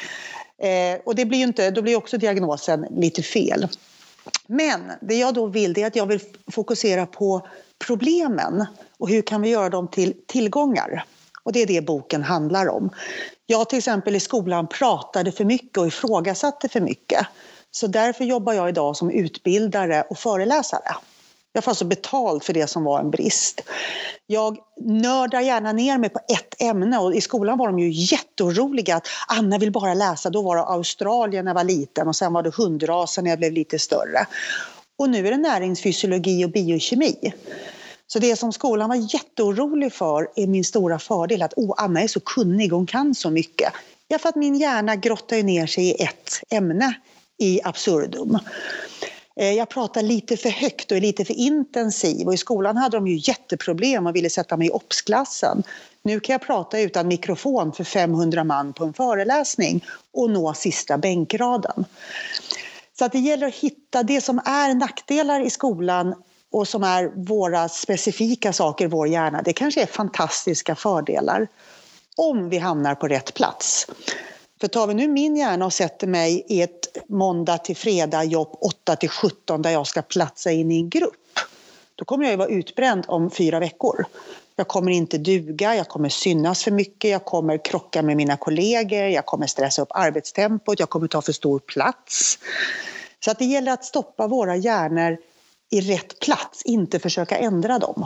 Och det blir ju inte, då blir också diagnosen lite fel. Men det jag då vill, det är att jag vill fokusera på problemen och hur kan vi göra dem till tillgångar. Och det är det boken handlar om. Jag till exempel i skolan pratade för mycket och ifrågasatte för mycket. Så därför jobbar jag idag som utbildare och föreläsare. Jag får alltså betalt för det som var en brist. Jag nördar gärna ner mig på ett ämne, och i skolan var de ju jätteoroliga att Anna vill bara läsa. Då var det Australien när jag var liten, och sen var det hundrasen när jag blev lite större. Och nu är det näringsfysiologi och biokemi. Så det som skolan var jätteorolig för är min stora fördel, att Anna är så kunnig, hon kan så mycket. Ja, för att min hjärna grottar ner sig i ett ämne i absurdum. Jag pratar lite för högt och är lite för intensiv, och i skolan hade de ju jätteproblem och ville sätta mig i obsklassen. Nu kan jag prata utan mikrofon för 500 man på en föreläsning och nå sista bänkraden. Så att det gäller att hitta det som är nackdelar i skolan och som är våra specifika saker, vår hjärna. Det kanske är fantastiska fördelar om vi hamnar på rätt plats. För tar vi nu min hjärna och sätter mig i ett måndag till fredag jobb 8-17 där jag ska platsa in i en grupp, då kommer jag ju vara utbränd om 4 veckor. Jag kommer inte duga, jag kommer synas för mycket, jag kommer krocka med mina kollegor, jag kommer stressa upp arbetstempot, jag kommer ta för stor plats. Så att det gäller att stoppa våra hjärnor i rätt plats, inte försöka ändra dem.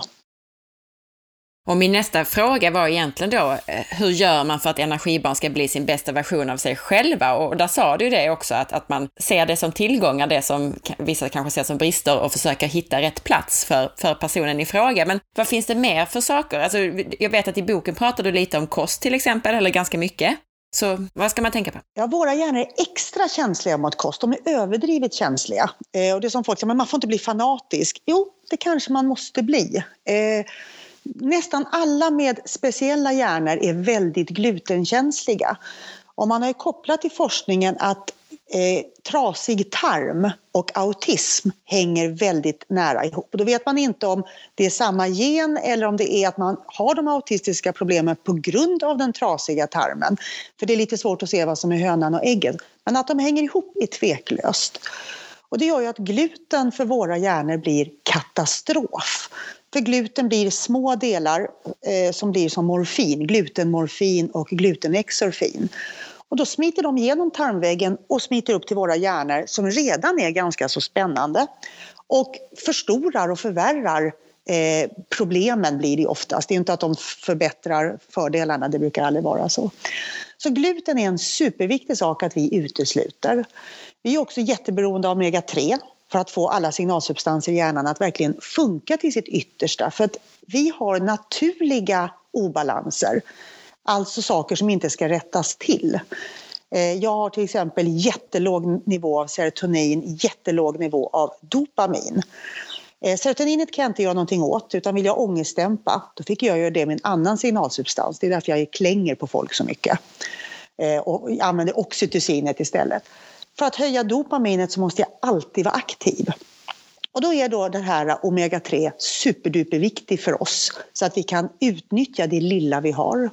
Och min nästa fråga var egentligen då, hur gör man för att energibarn ska bli sin bästa version av sig själva? Och där sa du det också, att man ser det som tillgångar, det som vissa kanske ser som brister, och försöker hitta rätt plats för personen i fråga. Men vad finns det mer för saker? Alltså, jag vet att i boken pratar du lite om kost till exempel, eller ganska mycket. Så vad ska man tänka på? Ja, våra hjärnor är extra känsliga mot kost. De är överdrivet känsliga. Och det är som folk säger, men man får inte bli fanatisk. Jo, det kanske man måste bli. Nästan alla med speciella hjärnor är väldigt glutenkänsliga. Och man har ju kopplat till forskningen att trasig tarm och autism hänger väldigt nära ihop. Och då vet man inte om det är samma gen eller om det är att man har de autistiska problemen på grund av den trasiga tarmen. För det är lite svårt att se vad som är hönan och ägget. Men att de hänger ihop är tveklöst. Och det gör ju att gluten för våra hjärnor blir katastrof. För gluten blir små delar som blir som morfin, glutenmorfin och glutenexorfin. Och då smiter de genom tarmväggen och smiter upp till våra hjärnor som redan är ganska så spännande. Och förstorar och förvärrar problemen blir det oftast. Det är inte att de förbättrar fördelarna, det brukar aldrig vara så. Så gluten är en superviktig sak att vi utesluter. Vi är också jätteberoende av omega-3 för att få alla signalsubstanser i hjärnan att verkligen funka till sitt yttersta. För att vi har naturliga obalanser. Alltså saker som inte ska rättas till. Jag har till exempel jättelåg nivå av serotonin, jättelåg nivå av dopamin. Serotoninet kan jag inte göra någonting åt, utan vill jag ångestdämpa, då fick jag göra det med en annan signalsubstans. Det är därför jag klänger på folk så mycket. Och använder oxytocinet istället. För att höja dopaminet så måste jag alltid vara aktiv. Och då är då den här omega-3 superduperviktig för oss, så att vi kan utnyttja det lilla vi har.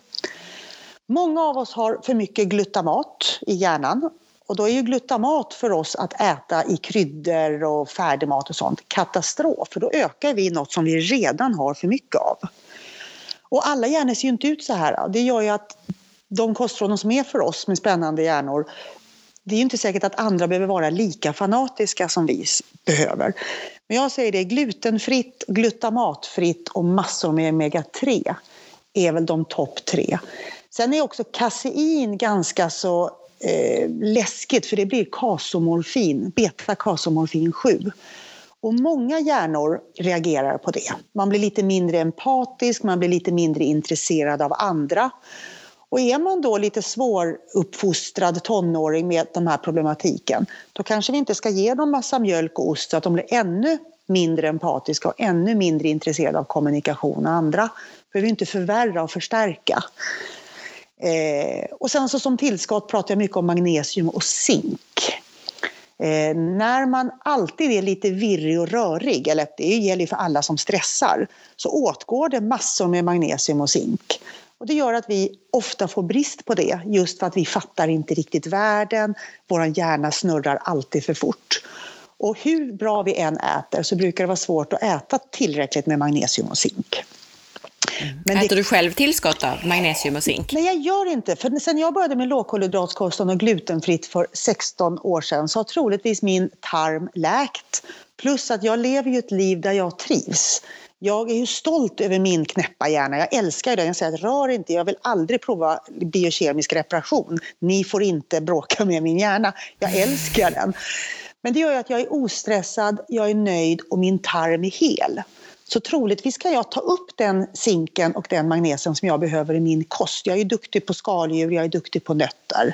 Många av oss har för mycket glutamat i hjärnan. Och då är ju glutamat för oss att äta i kryddor och färdigmat och sånt katastrof. För då ökar vi något som vi redan har för mycket av. Och alla hjärnor ser ju inte ut så här. Det gör ju att de kostråden som är för oss med spännande hjärnor, det är ju inte säkert att andra behöver vara lika fanatiska som vi behöver. Men jag säger det, glutenfritt, glutamatfritt och massor med omega-3 är väl de topp 3. Sen är också kasein ganska så läskigt, för det blir kasomorfin, beta-kasomorfin 7. Och många hjärnor reagerar på det. Man blir lite mindre empatisk, man blir lite mindre intresserad av andra. Och är man då lite svåruppfostrad tonåring med den här problematiken, då kanske vi inte ska ge dem massa mjölk och ost så att de blir ännu mindre empatiska och ännu mindre intresserade av kommunikation och andra. För vi inte förvärra och förstärka. Och sen så som tillskott pratar jag mycket om magnesium och zink. När man alltid är lite virrig och rörig, eller det gäller för alla som stressar, så åtgår det massor med magnesium och zink. Och det gör att vi ofta får brist på det, just för att vi fattar inte riktigt världen. Vår hjärna snurrar alltid för fort. Och hur bra vi än äter så brukar det vara svårt att äta tillräckligt med magnesium och zink. Men äter du själv tillskott av magnesium och zink? Nej, jag gör inte. För sen jag började med lågkolhydratkosten och glutenfritt för 16 år sedan så har troligtvis min tarm läkt. Plus att jag lever ju ett liv där jag trivs. Jag är ju stolt över min knäppa hjärna. Jag älskar det. Jag säger att rör inte. Jag vill aldrig prova biokemisk reparation. Ni får inte bråka med min hjärna. Jag älskar den. Men det gör ju att jag är ostressad, jag är nöjd och min tarm är hel. Så troligtvis kan jag ta upp den zinken och den magnesium som jag behöver i min kost. Jag är duktig på skaldjur, jag är duktig på nötter.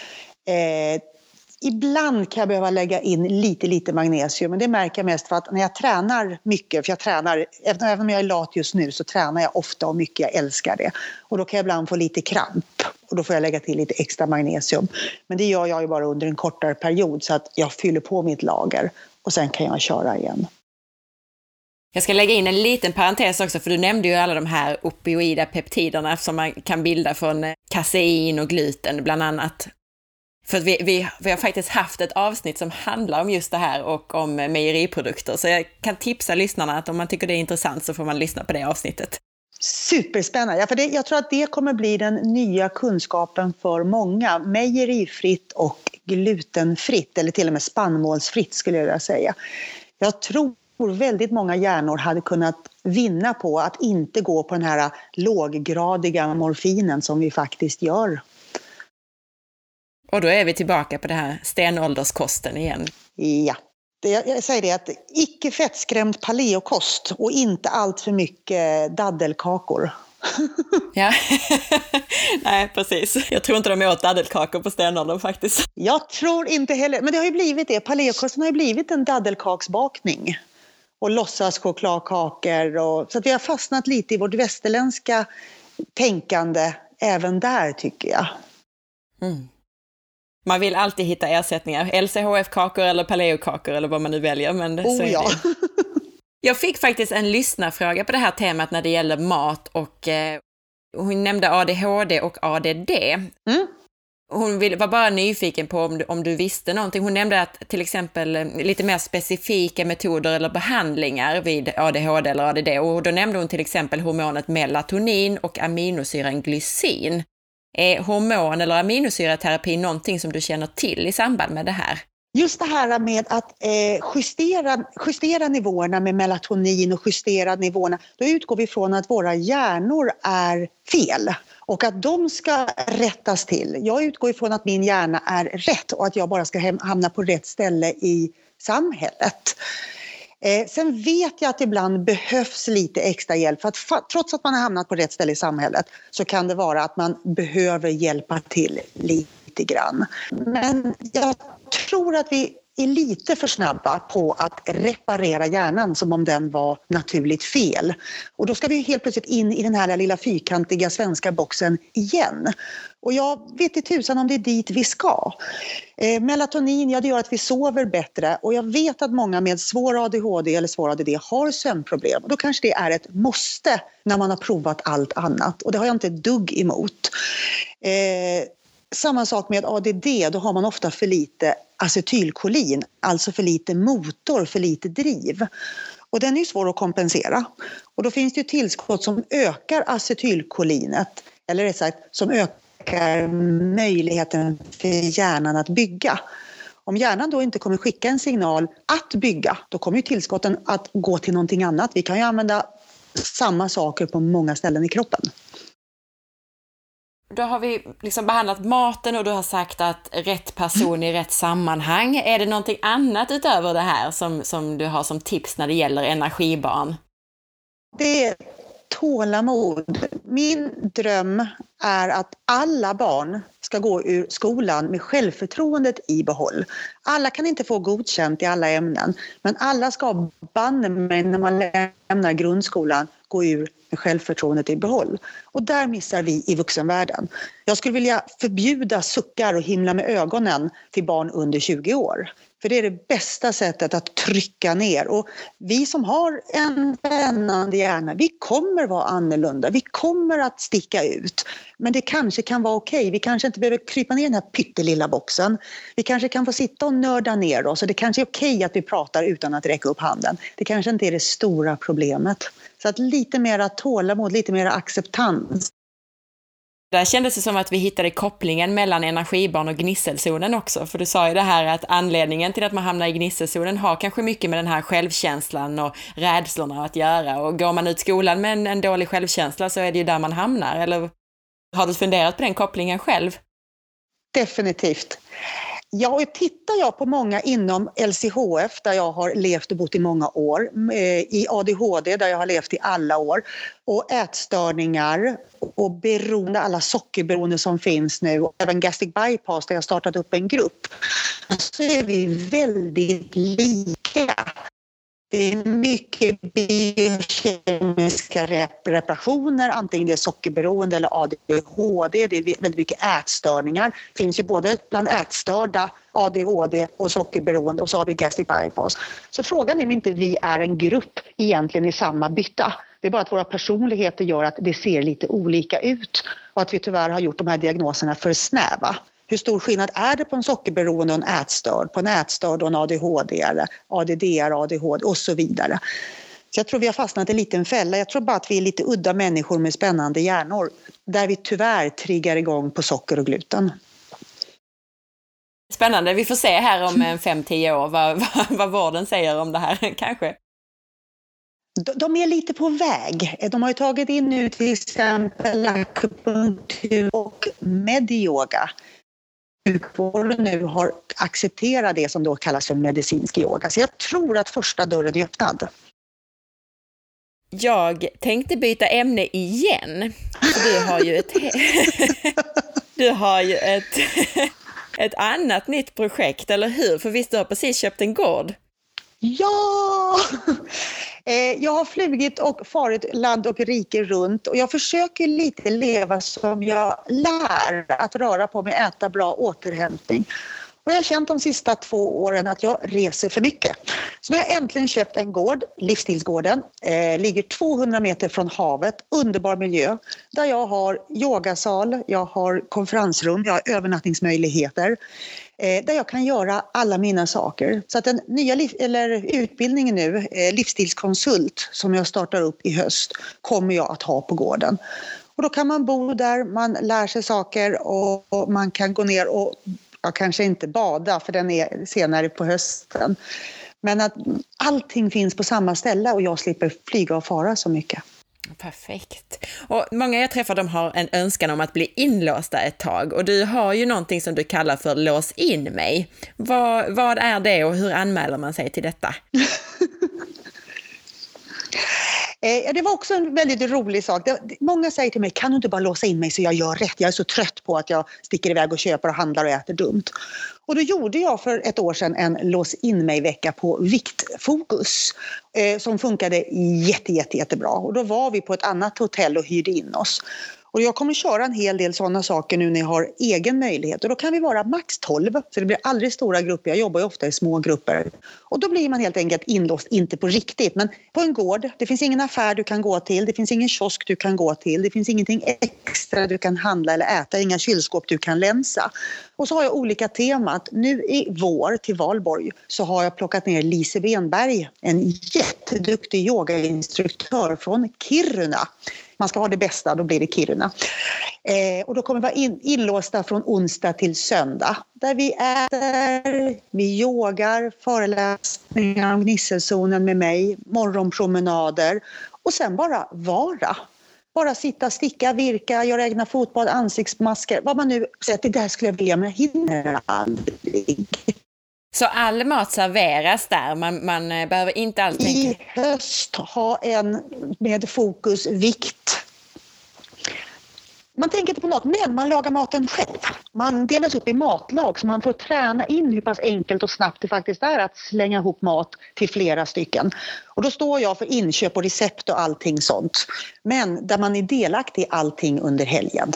Ibland kan jag behöva lägga in lite magnesium, men det märker jag mest för att när jag tränar mycket, för jag tränar, även om jag är lat just nu så tränar jag ofta och mycket, jag älskar det. Och då kan jag ibland få lite kramp och då får jag lägga till lite extra magnesium. Men det gör jag ju bara under en kortare period så att jag fyller på mitt lager och sen kan jag köra igen. Jag ska lägga in en liten parentes också, för du nämnde ju alla de här opioida peptiderna som man kan bilda från kasein och gluten bland annat. För vi har faktiskt haft ett avsnitt som handlar om just det här och om mejeriprodukter. Så jag kan tipsa lyssnarna att om man tycker det är intressant så får man lyssna på det avsnittet. Superspännande. Ja, för jag tror att det kommer bli den nya kunskapen för många. Mejerifritt och glutenfritt, eller till och med spannmålsfritt skulle jag vilja säga. Jag tror väldigt många hjärnor hade kunnat vinna på att inte gå på den här låggradiga morfinen som vi faktiskt gör. Och då är vi tillbaka på det här stenålderskosten igen. Ja, jag säger det att icke fettskrämd paleokost och inte allt för mycket daddelkakor. Ja, nej precis. Jag tror inte de åt daddelkakor på stenåldern faktiskt. Jag tror inte heller, men det har ju blivit det. Paleokosten har ju blivit en daddelkaksbakning. Och låtsas chokladkakor. Så att vi har fastnat lite i vårt västerländska tänkande även där tycker jag. Mm. Man vill alltid hitta ersättningar. LCHF-kakor eller paleokakor eller vad man nu väljer. Men så är det. Jag fick faktiskt en lyssnarfråga på det här temat när det gäller mat och hon nämnde ADHD och ADD. Hon var bara nyfiken på om du visste någonting. Hon nämnde att till exempel lite mer specifika metoder eller behandlingar vid ADHD eller ADD. Och då nämnde hon till exempel hormonet melatonin och aminosyran glycin. Är hormon- eller aminosyraterapi någonting som du känner till i samband med det här? Just det här med att justera nivåerna med melatonin och justera nivåerna, då utgår vi från att våra hjärnor är fel och att de ska rättas till. Jag utgår ifrån att min hjärna är rätt och att jag bara ska hamna på rätt ställe i samhället. Sen vet jag att ibland behövs lite extra hjälp för att trots att man har hamnat på rätt ställe i samhället så kan det vara att man behöver hjälpa till lite grann. Men jag tror att vi är lite för snabba på att reparera hjärnan som om den var naturligt fel. Och då ska vi helt plötsligt in i den här lilla fyrkantiga svenska boxen igen. Och jag vet inte tusan om det är dit vi ska. Melatonin, ja, det gör att vi sover bättre. Och jag vet att många med svår ADHD eller svår ADD har sömnproblem. Och då kanske det är ett måste när man har provat allt annat. Och det har jag inte ett dugg emot. Samma sak med ADD, då har man ofta för lite acetylkolin, alltså för lite motor, för lite driv. Och den är ju svår att kompensera. Och då finns det ju tillskott som ökar acetylkolinet, eller rätt sagt som ökar möjligheten för hjärnan att bygga. Om hjärnan då inte kommer skicka en signal att bygga, då kommer ju tillskotten att gå till någonting annat. Vi kan ju använda samma saker på många ställen i kroppen. Då har vi liksom behandlat maten och du har sagt att rätt person i rätt sammanhang. Är det någonting annat utöver det här som du har som tips när det gäller energibarn? Det är tålamod. Min dröm är att alla barn ska gå ur skolan med självförtroendet i behåll. Alla kan inte få godkänt i alla ämnen, men alla ska banne mig när man lämnar grundskolan gå ur med självförtroendet i behåll. Och där missar vi i vuxenvärlden. Jag skulle vilja förbjuda suckar och himla med ögonen till barn under 20 år. För det är det bästa sättet att trycka ner. Och vi som har en spännande hjärna, vi kommer vara annorlunda. Vi kommer att sticka ut. Men det kanske kan vara okej. Vi kanske inte behöver krypa ner i den här pyttelilla boxen. Vi kanske kan få sitta och nörda ner oss. Och det kanske är okej att vi pratar utan att räcka upp handen. Det kanske inte är det stora problemet. Så att lite mera tålamod, lite mera acceptans. Där kändes det som att vi hittade kopplingen mellan energibarn och gnisselzonen också. För du sa ju det här att anledningen till att man hamnar i gnisselzonen har kanske mycket med den här självkänslan och rädslorna att göra. Och går man ut skolan med en dålig självkänsla så är det ju där man hamnar. Eller har du funderat på den kopplingen själv? Definitivt. Ja, och tittar jag på många inom LCHF där jag har levt och bott i många år, i ADHD där jag har levt i alla år och ätstörningar och beroende, alla sockerberoende som finns nu och även gastric bypass där jag startat upp en grupp, så är vi väldigt lika. Det är mycket biokemiska reparationer, antingen det är sockerberoende eller ADHD. Det är väldigt mycket ätstörningar. Det finns ju både bland ätstörda, ADHD och sockerberoende och så har vi gastric bypass. Så frågan är om inte vi är en grupp egentligen i samma bytta. Det är bara att våra personligheter gör att det ser lite olika ut och att vi tyvärr har gjort de här diagnoserna för snäva. Hur stor skillnad är det på en sockerberoende och en ätstörd, på en ätstörd och en ADHD eller ADD-are, ADHD och så vidare. Så jag tror vi har fastnat i en liten fälla. Jag tror bara att vi är lite udda människor med spännande hjärnor där vi tyvärr triggar igång på socker och gluten. Spännande. Vi får se här om 5-10 år vad vården säger om det här kanske. De är lite på väg. De har ju tagit in nu till exempel akupunktur och medyoga. Sjukvården nu har accepterat det som då kallas för medicinsk yoga. Så jag tror att första dörren är öppnad. Jag tänkte byta ämne igen. Du har ju ett annat nytt projekt, eller hur? För visst, du har precis köpt en gård. Ja! Jag har flugit och farit land och rike runt och jag försöker lite leva som jag lär, att röra på mig, äta bra, återhämtning. Och jag har känt de sista 2 åren att jag reser för mycket. Så nu har jag äntligen köpt en gård, Livsstilsgården, ligger 200 meter från havet, underbar miljö, där jag har yogasal, jag har konferensrum, jag har övernattningsmöjligheter, där jag kan göra alla mina saker. Så att den nya utbildningen nu, livsstilskonsult, som jag startar upp i höst, kommer jag att ha på gården. Och då kan man bo där, man lär sig saker och man kan gå ner och kanske inte bada för den är senare på hösten. Men att allting finns på samma ställe och jag slipper flyga och fara så mycket. Perfekt. Och många jag träffar, de har en önskan om att bli inlåsta ett tag. Och du har ju någonting som du kallar för lås in mig. Vad är det och hur anmäler man sig till detta? Det var också en väldigt rolig sak. Många säger till mig, kan du inte bara låsa in mig så jag gör rätt? Jag är så trött på att jag sticker iväg och köper och handlar och äter dumt. Och då gjorde jag för ett år sedan en lås in mig-vecka på Viktfokus som funkade jättebra. Och då var vi på ett annat hotell och hyrde in oss. Och jag kommer köra en hel del sådana saker nu när jag har egen möjlighet. Och då kan vi vara max 12, så det blir aldrig stora grupper. Jag jobbar ju ofta i små grupper. Och då blir man helt enkelt inlåst, inte på riktigt, men på en gård. Det finns ingen affär du kan gå till, det finns ingen kiosk du kan gå till. Det finns ingenting extra du kan handla eller äta, inga kylskåp du kan länsa. Och så har jag olika temat. Nu i vår till Valborg så har jag plockat ner Lise Benberg, en jätteduktig yogainstruktör från Kiruna. Man ska ha det bästa, då blir det Kiruna. Och då kommer vi vara inlåsta från onsdag till söndag. Där vi äter, vi yogar, föreläsningar om gnisselzonen med mig, morgonpromenader. Och sen bara vara. Bara sitta, sticka, virka, göra egna fotbad, ansiktsmasker. Vad man nu säger, det där skulle jag vilja, men jag hinner aldrig. Så all mat serveras där? Man behöver inte alls tänka... I höst ha en med fokus vikt. Man tänker inte på mat, men man lagar maten själv. Man delas upp i matlag så man får träna in hur pass enkelt och snabbt det faktiskt är att slänga ihop mat till flera stycken. Och då står jag för inköp och recept och allting sånt. Men där man är delaktig i allting under helgen.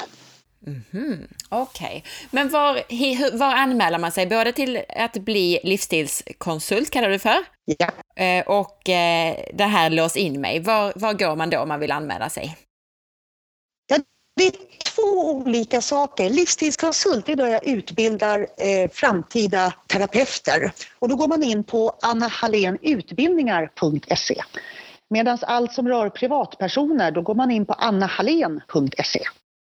Okej. Men var anmäler man sig? Både till att bli livsstilskonsult, kallar du för? Ja. Och det här lås in mig. Var går man då om man vill anmäla sig? Ja, det är 2 olika saker. Livsstilskonsult är då jag utbildar framtida terapeuter. Och då går man in på annahallenutbildningar.se. Medan allt som rör privatpersoner, då går man in på annahallén.se.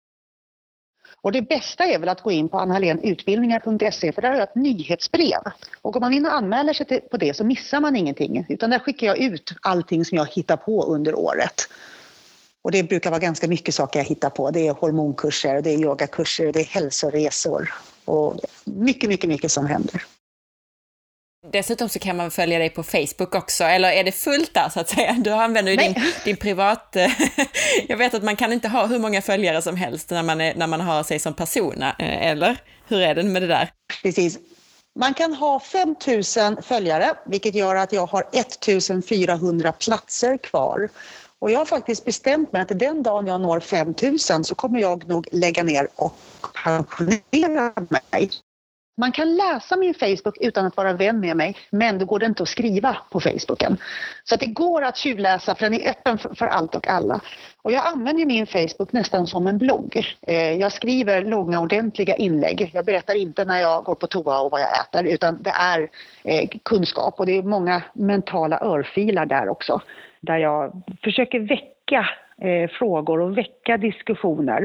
Och det bästa är väl att gå in på annahallenutbildningar.se, för där har jag ett nyhetsbrev. Och om man in och anmäler sig på det så missar man ingenting. Utan där skickar jag ut allting som jag hittar på under året. Och det brukar vara ganska mycket saker jag hittar på. Det är hormonkurser, det är yogakurser, det är hälsoresor. Och mycket som händer. Dessutom så kan man följa dig på Facebook också, eller är det fullt där så att säga? Du använder ju din privat... Jag vet att man kan inte ha hur många följare som helst när man har sig som person, eller? Hur är det med det där? Precis. Man kan ha 5 000 följare, vilket gör att jag har 1 400 platser kvar. Och jag har faktiskt bestämt mig att den dagen jag når 5 000 så kommer jag nog lägga ner och pensionera mig. Man kan läsa min Facebook utan att vara vän med mig, men då går det inte att skriva på Facebooken. Så att det går att tjuvläsa, för den är öppen för allt och alla. Och jag använder min Facebook nästan som en blogg. Jag skriver långa ordentliga inlägg. Jag berättar inte när jag går på toa och vad jag äter, utan det är kunskap. Och det är många mentala örfilar där också. Där jag försöker väcka frågor och väcka diskussioner.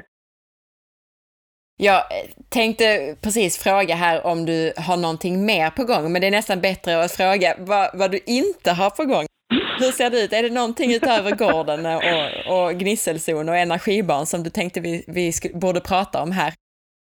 Jag tänkte precis fråga här om du har någonting mer på gång, men det är nästan bättre att fråga vad du inte har på gång. Hur ser det ut? Är det någonting utöver gården och gnisselzon och energibarn som du tänkte vi borde prata om här?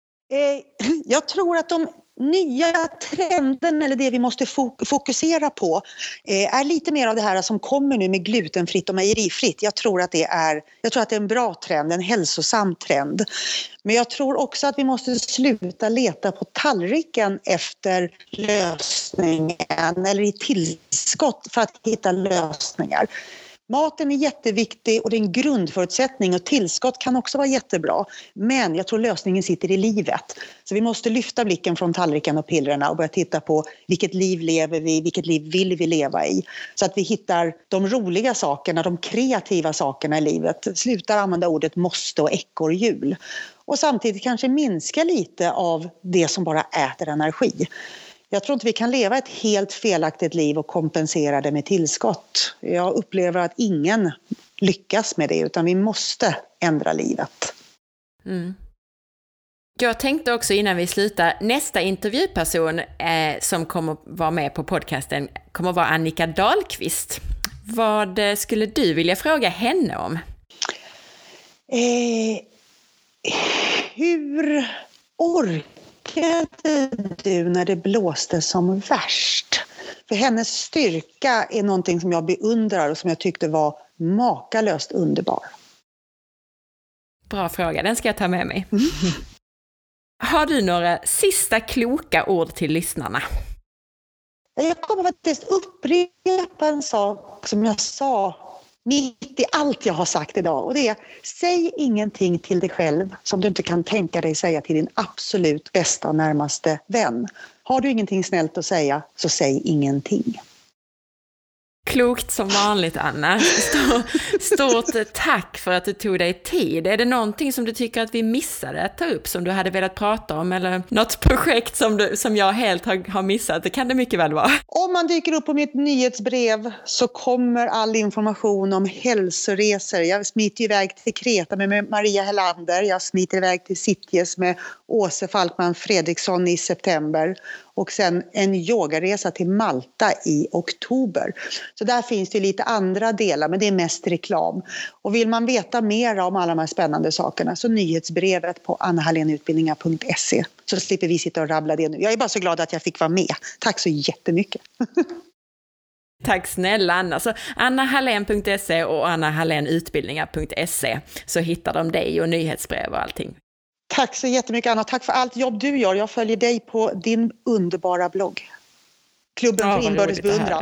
Jag tror att de nya trenden, eller det vi måste fokusera på, är lite mer av det här som kommer nu med glutenfritt och mejerifritt. Jag tror att det är en bra trend, en hälsosam trend. Men jag tror också att vi måste sluta leta på tallriken efter lösningar lösningen eller i tillskott för att hitta lösningar. Maten är jätteviktig och det är en grundförutsättning och tillskott kan också vara jättebra. Men jag tror lösningen sitter i livet. Så vi måste lyfta blicken från tallriken och pillerna och börja titta på vilket liv lever vi, vilket liv vill vi leva i. Så att vi hittar de roliga sakerna, de kreativa sakerna i livet. Slutar använda ordet måste och ekorrhjul. Och samtidigt kanske minska lite av det som bara äter energi. Jag tror inte vi kan leva ett helt felaktigt liv och kompensera det med tillskott. Jag upplever att ingen lyckas med det utan vi måste ändra livet. Mm. Jag tänkte också innan vi slutar, nästa intervjuperson som kommer vara med på podcasten kommer vara Annika Dahlqvist. Vad skulle du vilja fråga henne om? Hur orkade du när det blåste som värst? För hennes styrka är någonting som jag beundrar och som jag tyckte var makalöst underbar. Bra fråga, den ska jag ta med mig. Har du några sista kloka ord till lyssnarna? Jag kommer faktiskt upprepa en sak som jag sa mitt i allt jag har sagt idag. Och det är, säg ingenting till dig själv som du inte kan tänka dig säga till din absolut bästa och närmaste vän. Har du ingenting snällt att säga så säg ingenting. Klokt som vanligt, Anna. Stort tack för att du tog dig tid. Är det någonting som du tycker att vi missade att ta upp som du hade velat prata om eller något projekt som jag helt har missat? Det kan det mycket väl vara. Om man dyker upp på mitt nyhetsbrev så kommer all information om hälsoresor. Jag smiter iväg till Kreta med Maria Helander. Jag smiter iväg till Sitges med Åse Falkman Fredriksson i september. Och sen en yogaresa till Malta i oktober. Så där finns det lite andra delar, men det är mest reklam. Och vill man veta mer om alla de här spännande sakerna så nyhetsbrevet på annahallenutbildningar.se. Så slipper vi sitta och rabbla det nu. Jag är bara så glad att jag fick vara med. Tack så jättemycket. Tack snälla Anna. Så annahallén.se och annahallenutbildningar.se så hittar de dig och nyhetsbrev och allting. Tack så jättemycket Anna. Tack för allt jobb du gör. Jag följer dig på din underbara blogg. Klubben för inbördes beundran.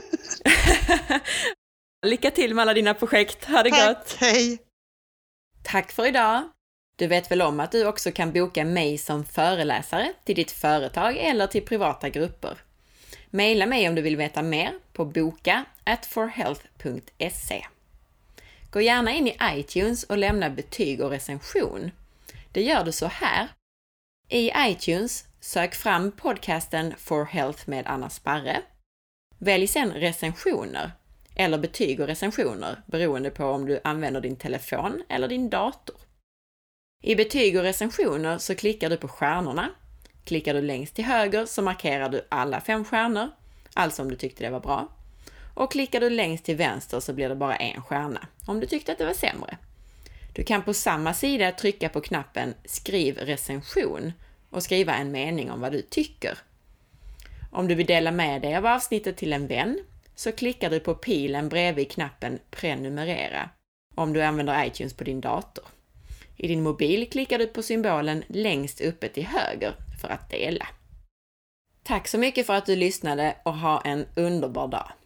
Lycka till med alla dina projekt. Ha det gott. Hej. Tack för idag. Du vet väl om att du också kan boka mig som föreläsare till ditt företag eller till privata grupper. Maila mig om du vill veta mer på boka@forhealth.se. Gå gärna in i iTunes och lämna betyg och recension. Det gör du så här. I iTunes, sök fram podcasten For Health med Anna Sparre. Välj sedan recensioner eller betyg och recensioner beroende på om du använder din telefon eller din dator. I betyg och recensioner så klickar du på stjärnorna. Klickar du längst till höger så markerar du alla 5 stjärnor, alltså om du tyckte det var bra. Och klickar du längst till vänster så blir det bara 1 stjärna, om du tyckte att det var sämre. Du kan på samma sida trycka på knappen Skriv recension och skriva en mening om vad du tycker. Om du vill dela med dig av avsnittet till en vän så klickar du på pilen bredvid knappen Prenumerera om du använder iTunes på din dator. I din mobil klickar du på symbolen längst uppe till höger för att dela. Tack så mycket för att du lyssnade och ha en underbar dag.